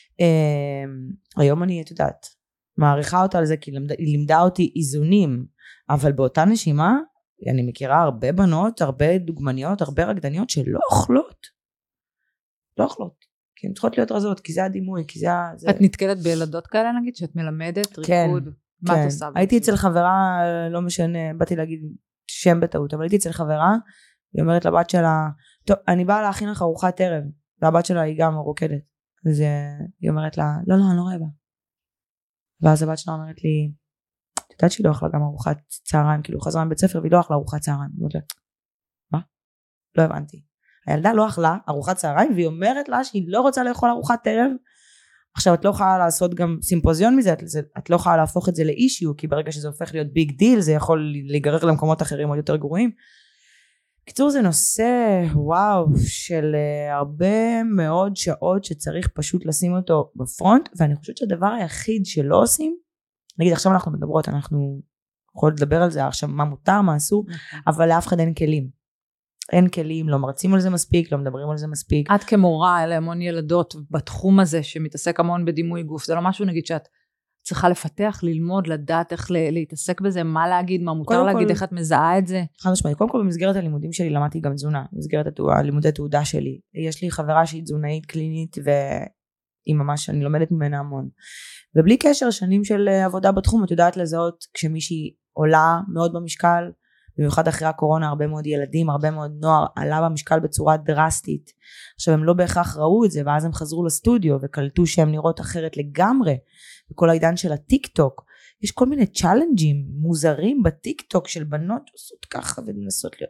היום אני, את יודעת, מעריכה אותה על זה, כי היא לימדה אותי איזונים, אבל באותה נשימה, אני מכירה הרבה בנות, הרבה דוגמניות, הרבה רקדניות שלא אוכלות. לא אוכלות. כי הן צריכות להיות רזות, כי זה הדימוי, כי זה... את נתקלת בילדות כאלה נגיד, שאת מלמדת, ריקוד, מה את עושה? הייתי אצל חברה, לא משנה, באתי להגיד שם בטעות, אבל הייתי אצל חברה, היא אומרת לבת שלה, טוב, אני באה להכין לך ארוחת ערב, והבת שלה היא גם רוקדת. אז היא אומרת לה, לא, אני לא רואה בה. ואז הבת שלה אומרת לי, את יודעת שהיא לא אכלה גם ארוחת צהריים, כאילו חזרה מבית ספר והיא לא אכלה ארוחת צהריים. מה? לא הבנתי. הילדה לא אכלה ארוחת צהריים והיא אומרת לה שהיא לא רוצה לאכול ארוחת ערב. עכשיו את לא יכולה לעשות גם סימפוזיון מזה, את לא יכולה להפוך את זה לאישיו, כי ברגע שזה הופך להיות ביג דיל זה יכול להיגרר למקומות אחרים עוד יותר גרועים. קיצור, זה נושא וואו של הרבה מאוד שעות שצריך פשוט לשים אותו בפרונט, ואני חושבת שהדבר היחיד שלא עושים, נגיד עכשיו אנחנו מדברות, אנחנו יכולות לדבר על זה עכשיו, מה מותר, מה אסור, אבל לאף אחד אין כלים. אין כלים, לא מרצים על זה מספיק, לא מדברים על זה מספיק. את כמורה, אלה המון ילדות בתחום הזה שמתעסק המון בדימוי גוף, זה לא משהו נגיד שאת צריכה לפתח, ללמוד, לדעת איך להתעסק בזה, מה להגיד, מה מותר להגיד, איך את מזהה את זה. חד משמעית, קודם כל במסגרת הלימודים שלי למדתי גם תזונה, במסגרת לימודי תעודה שלי. יש לי חברה שהיא תזונאית קלינית והיא ממש, אני לומדת ממנה המון. ובלי קשר, שנים של עבודה בתחום, את יודעת לזהות כשמישהי עולה מאוד במשקל, במיוחד אחרי הקורונה, הרבה מאוד ילדים, הרבה מאוד נוער עלה במשקל בצורה דרסטית. עכשיו הם לא בהכרח ראו את זה, ואז הם חזרו לסטודיו וקלטו שהם נראות אחרת לגמרי. בכל העידן של הטיק טוק, יש כל מיני צ'אלנג'ים מוזרים בטיק טוק של בנות עושות ככה ומנסות להיות.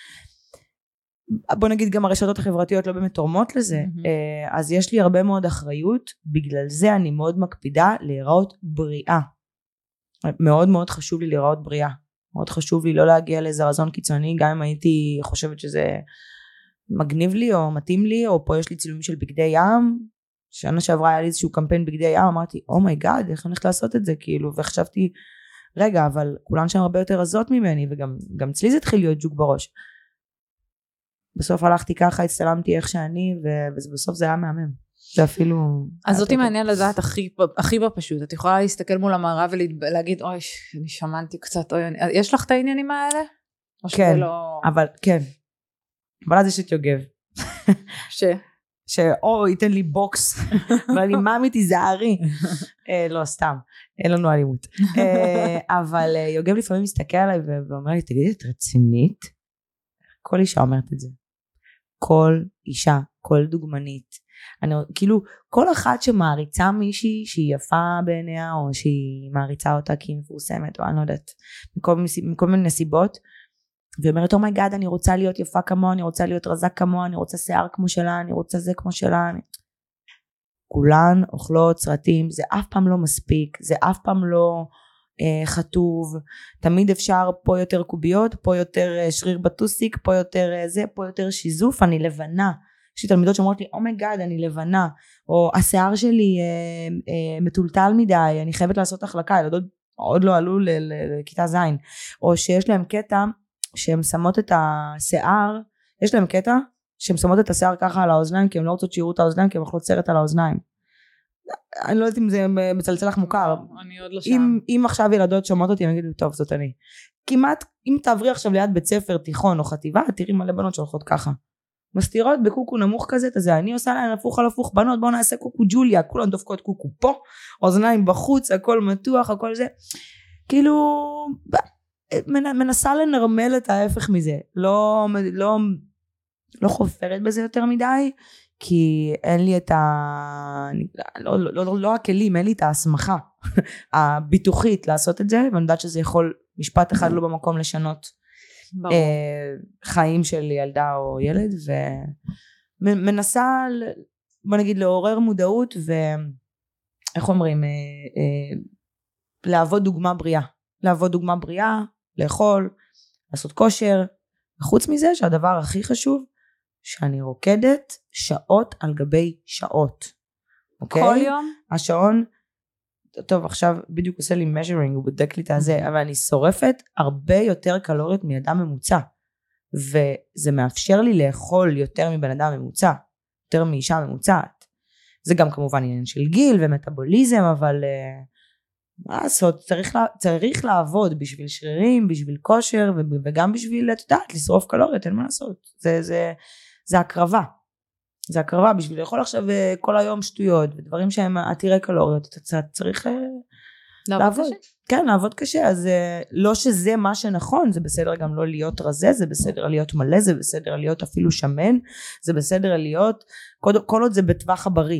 בוא נגיד גם הרשתות החברתיות לא באמת תורמות לזה, אז יש לי הרבה מאוד אחריות, בגלל זה אני מאוד מקפידה להיראות בריאה. מאוד מאוד חשוב לי להיראות בריאה. מאוד חשוב לי לא להגיע לאיזה רזון קיצוני, גם אם הייתי חושבת שזה מגניב לי או מתאים לי, או פה יש לי צילומים של בגדי ים, שנה שעברה היה לי איזשהו קמפיין בגדי ים, אמרתי, אומייגאד, איך אני הולכת לעשות את זה, כאילו, וחשבתי, רגע, אבל כולן שם הרבה יותר רזות ממני, וגם אצלי זה התחיל להיות ג'וק בראש. בסוף הלכתי ככה, הצטלמתי איך שאני, ובסוף זה היה מהמם. זה אפילו... אז אותי מעניין לדעת הכי בפשוט, את יכולה להסתכל מול המערב ולהגיד, אוי, אני שמנתי קצת, אוי, יש לך את העניינים האלה? כן, אבל כן. אבל אז יש את יוגב. שאו ייתן לי בוקס, אבל לי מאמי תיזהרי. לא, סתם, אין לנו אלימות. אבל יוגב לפעמים מסתכל עליי ואומר לי, תגידי, את רצינית? כל אישה אומרת את זה. כל אישה, כל דוגמנית. כאילו, כל אחת שמעריצה מישהי שהיא יפה בעיניה, או שהיא מעריצה אותה כי היא מפורסמת, או אני לא יודעת, מכל מיני נסיבות, והיא אומרת, אומייגאד, אני רוצה להיות יפה כמוה, אני רוצה להיות רזה כמוה, אני רוצה שיער כמו שלה, אני רוצה זה כמו שלה. כולן אוכלות סרטים, זה אף פעם לא מספיק, זה אף פעם לא חטוב, תמיד אפשר פה יותר קוביות, פה יותר שריר בטוסיק, פה יותר זה, פה יותר שיזוף, אני לבנה. יש לי תלמידות שאומרות לי, אומייגאד, אני לבנה, או השיער שלי מטולטל מדי, אני חייבת לעשות החלקה, ילדות עוד לא עלו לכיתה זין, או שיש להם קטע, שהן שמות את השיער, יש להם קטע, שהן שמות את השיער ככה על האוזניים, כי הן לא רוצות שיראו את האוזניים, כי הן אוכלות סרט על האוזניים. אני לא יודעת אם זה מצלצל לך מוכר. אני עוד לא שם. אם עכשיו ילדות שומעות אותי, אני אגיד, טוב, זאת אני. כמעט, אם תעברי עכשיו ליד בית ספר, תיכון או חטיבה, תראי מלא בנות שהולכות ככה. מסתירות בקוקו נמוך כזה, אז אני עושה להן הפוך על הפוך, בנות, בואו נעשה קוקו ג'וליה, כולן דופקות קוקו פה, אוזניים בחוץ, הכל מתוח, הכל זה. כאילו, מנסה לנרמל את ההפך מזה, לא חופרת בזה יותר מדי, כי אין לי את לא הכלים, אין לי את ההסמכה הביטוחית לעשות את זה, ואני יודעת שזה יכול משפט אחד לא במקום לשנות חיים של ילדה או ילד, ומנסה בוא נגיד לעורר מודעות, ואיך אומרים, לעבוד דוגמה בריאה, לאכול, לעשות כושר, וחוץ מזה שהדבר הכי חשוב, שאני רוקדת שעות על גבי שעות. אוקיי? כל יום? השעון, טוב עכשיו בדיוק עושה לי measuring, הוא בודק לי את הזה, אבל אני שורפת הרבה יותר קלוריות מאדם ממוצע, וזה מאפשר לי לאכול יותר מבן אדם ממוצע, יותר מאישה ממוצעת. זה גם כמובן עניין של גיל ומטאבוליזם, אבל מה לעשות, צריך לעבוד בשביל שרירים, בשביל כושר, וגם בשביל, את יודעת, לשרוף קלוריות, אין מה לעשות. זה הקרבה. זה הקרבה, בשביל לאכול עכשיו כל היום שטויות, ודברים שהם עתירי קלוריות, אתה צריך לעבוד. כן, לעבוד קשה, אז לא שזה מה שנכון, זה בסדר גם לא להיות רזה, זה בסדר להיות מלא, זה בסדר להיות אפילו שמן, זה בסדר להיות, כל עוד זה בטווח הבריא.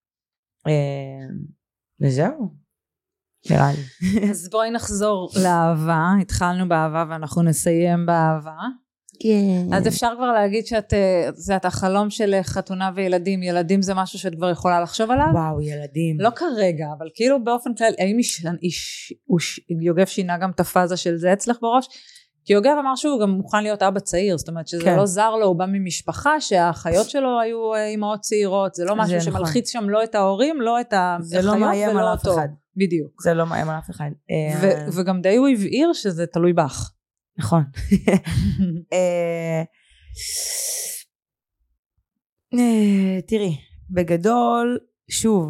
וזהו. נראה לי. אז בואי נחזור לאהבה, התחלנו באהבה ואנחנו נסיים באהבה. כן. אז אפשר כבר להגיד שזה החלום של חתונה וילדים, ילדים זה משהו שאת כבר יכולה לחשוב עליו? וואו, ילדים. לא כרגע, אבל כאילו באופן כלל, האם יוגב שינה גם את הפאזה של זה אצלך בראש? כי יוגב אמר שהוא גם מוכן להיות אבא צעיר, זאת אומרת שזה לא זר לו, הוא בא ממשפחה שהאחיות שלו היו אימהות צעירות, זה לא משהו שמלחיץ שם לא את ההורים, לא את האחיות ולא אותו. בדיוק. זה לא מאיים על אף אחד. וגם די הוא הבהיר שזה תלוי בך. נכון. תראי, בגדול, שוב,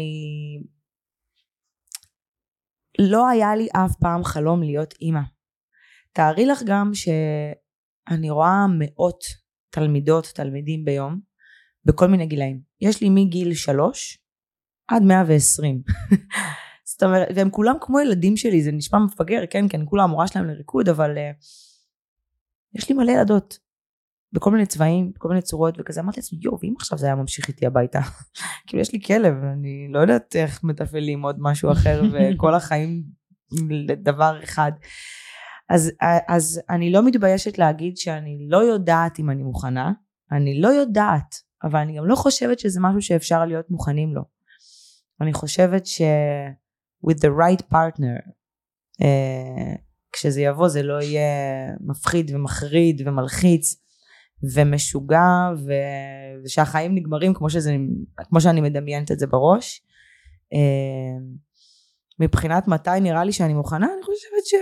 לא היה לי אף פעם חלום להיות אימא. תארי לך גם שאני רואה מאות תלמידים ביום, בכל מיני גילאים. יש לי מגיל 3 עד 120. זאת אומרת, והם כולם כמו ילדים שלי, זה נשמע מפגר, כן, כולה המורה שלהם לריקוד, אבל יש לי מלא ילדות, בכל מיני צבעים, בכל מיני צורות, וכזה אמרתי לעצמי, ואם עכשיו זה היה ממשיך איתי הביתה, כאילו יש לי כלב, אני לא יודעת איך מתפעלים עוד משהו אחר, וכל החיים לדבר אחד, אז אני לא מתביישת להגיד, שאני לא יודעת אם אני מוכנה, אני לא יודעת, אבל אני גם לא חושבת שזה משהו שאפשר להיות מוכנים לו, אני חושבת with the right partner, כשזה יבוא זה לא יהיה מפחיד ומחריד ומלחיץ, ומשוגע, ושהחיים נגמרים כמו שאני מדמיינת את זה בראש. מבחינת מתי נראה לי שאני מוכנה, אני חושבת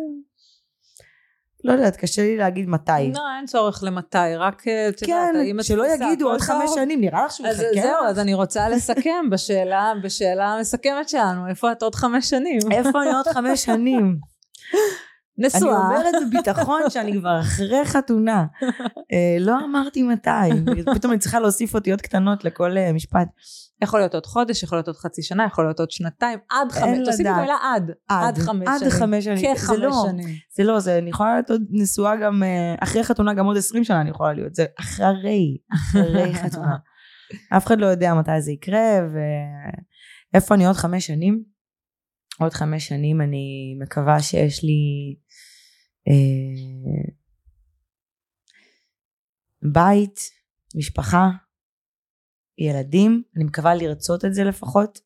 לא יודעת, קשה לי להגיד מתי. לא, אין צורך למתי, רק כן, שלא יגידו עוד 5 שנים, נראה לך שהוא מחכה. אז זהו, אז אני רוצה לסכם בשאלה המסכמת שלנו, איפה את עוד 5 שנים? איפה אני עוד 5 שנים? נשואה. אני אומרת בביטחון שאני כבר אחרי חתונה. לא אמרתי מתי. פתאום אני צריכה להוסיף אותיות קטנות לכל משפט. יכול להיות עוד חודש, יכול להיות עוד חצי שנה, יכול להיות עוד 2, עד 5. תוסיפי במילה עד 5 שנים. עד 5 שנים. כ5 שנים. זה לא, אני יכולה להיות עוד נשואה גם, אחרי חתונה גם עוד 20 שנה אני יכולה להיות. זה אחרי חתונה. אף אחד לא יודע מתי זה יקרה, ואיפה אני עוד 5 שנים? עוד 5 שנים אני מקווה שיש לי בית, משפחה, ילדים, אני מקווה לרצות את זה לפחות,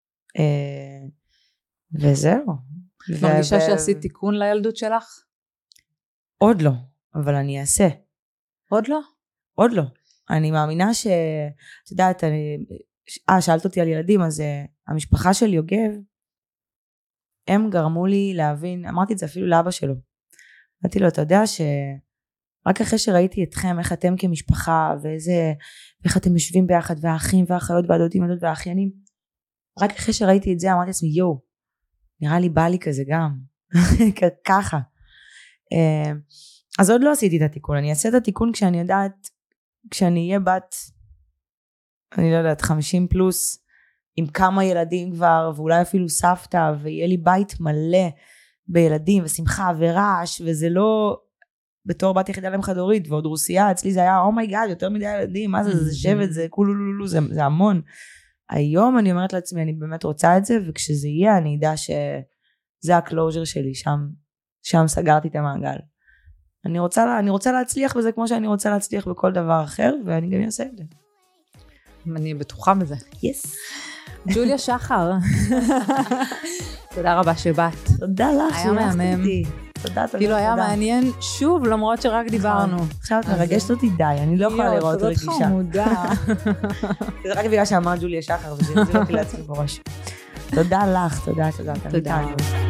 וזהו. מרגישה שעשית תיקון לילדות שלך? עוד לא, אבל אני אעשה. עוד לא? עוד לא. אני מאמינה את יודעת, שאלת אותי על ילדים, אז המשפחה של יוגב, הם גרמו לי להבין, אמרתי את זה אפילו לאבא שלו. אמרתי לו, אתה יודע שרק אחרי שראיתי אתכם, איך אתם כמשפחה, ואיך אתם יושבים ביחד, והאחים והאחיות והדודים והאחיינים, רק אחרי שראיתי את זה, אמרתי לעצמי, נראה לי בא לי כזה גם. ככה. אז עוד לא עשיתי את התיקון. אני אעשה את התיקון כשאני יודעת, כשאני אהיה בת, אני לא יודעת, 50 פלוס, עם כמה ילדים כבר, ואולי אפילו סבתא, ויהיה לי בית מלא בילדים, ושמחה ורעש, וזה לא, בתור בת יחידה לאם חד-הורית, ועוד רוסיה, אצלי זה היה, אומייגאד, יותר מדי ילדים, מה זה, זה שבט, זה כולולולו, זה המון. היום אני אומרת לעצמי, אני באמת רוצה את זה, וכשזה יהיה, אני אדע שזה הקלוז'ר שלי, שם סגרתי את המעגל. אני רוצה להצליח בזה, כמו שאני רוצה להצליח בכל דבר אחר, ואני גם אעשה את זה. אני בטוחה בזה. יס. ג'וליה שחר. תודה רבה שבאת. תודה לך. היה מהמם. תודה. כאילו היה מעניין שוב, למרות שרק דיברנו. עכשיו את מרגשת אותי די, אני לא יכולה לראות רגישה. זאת חמודה. זה רק בגלל שאמרת ג'וליה שחר, וזה לא לעצמי בראש. תודה לך, תודה. תודה.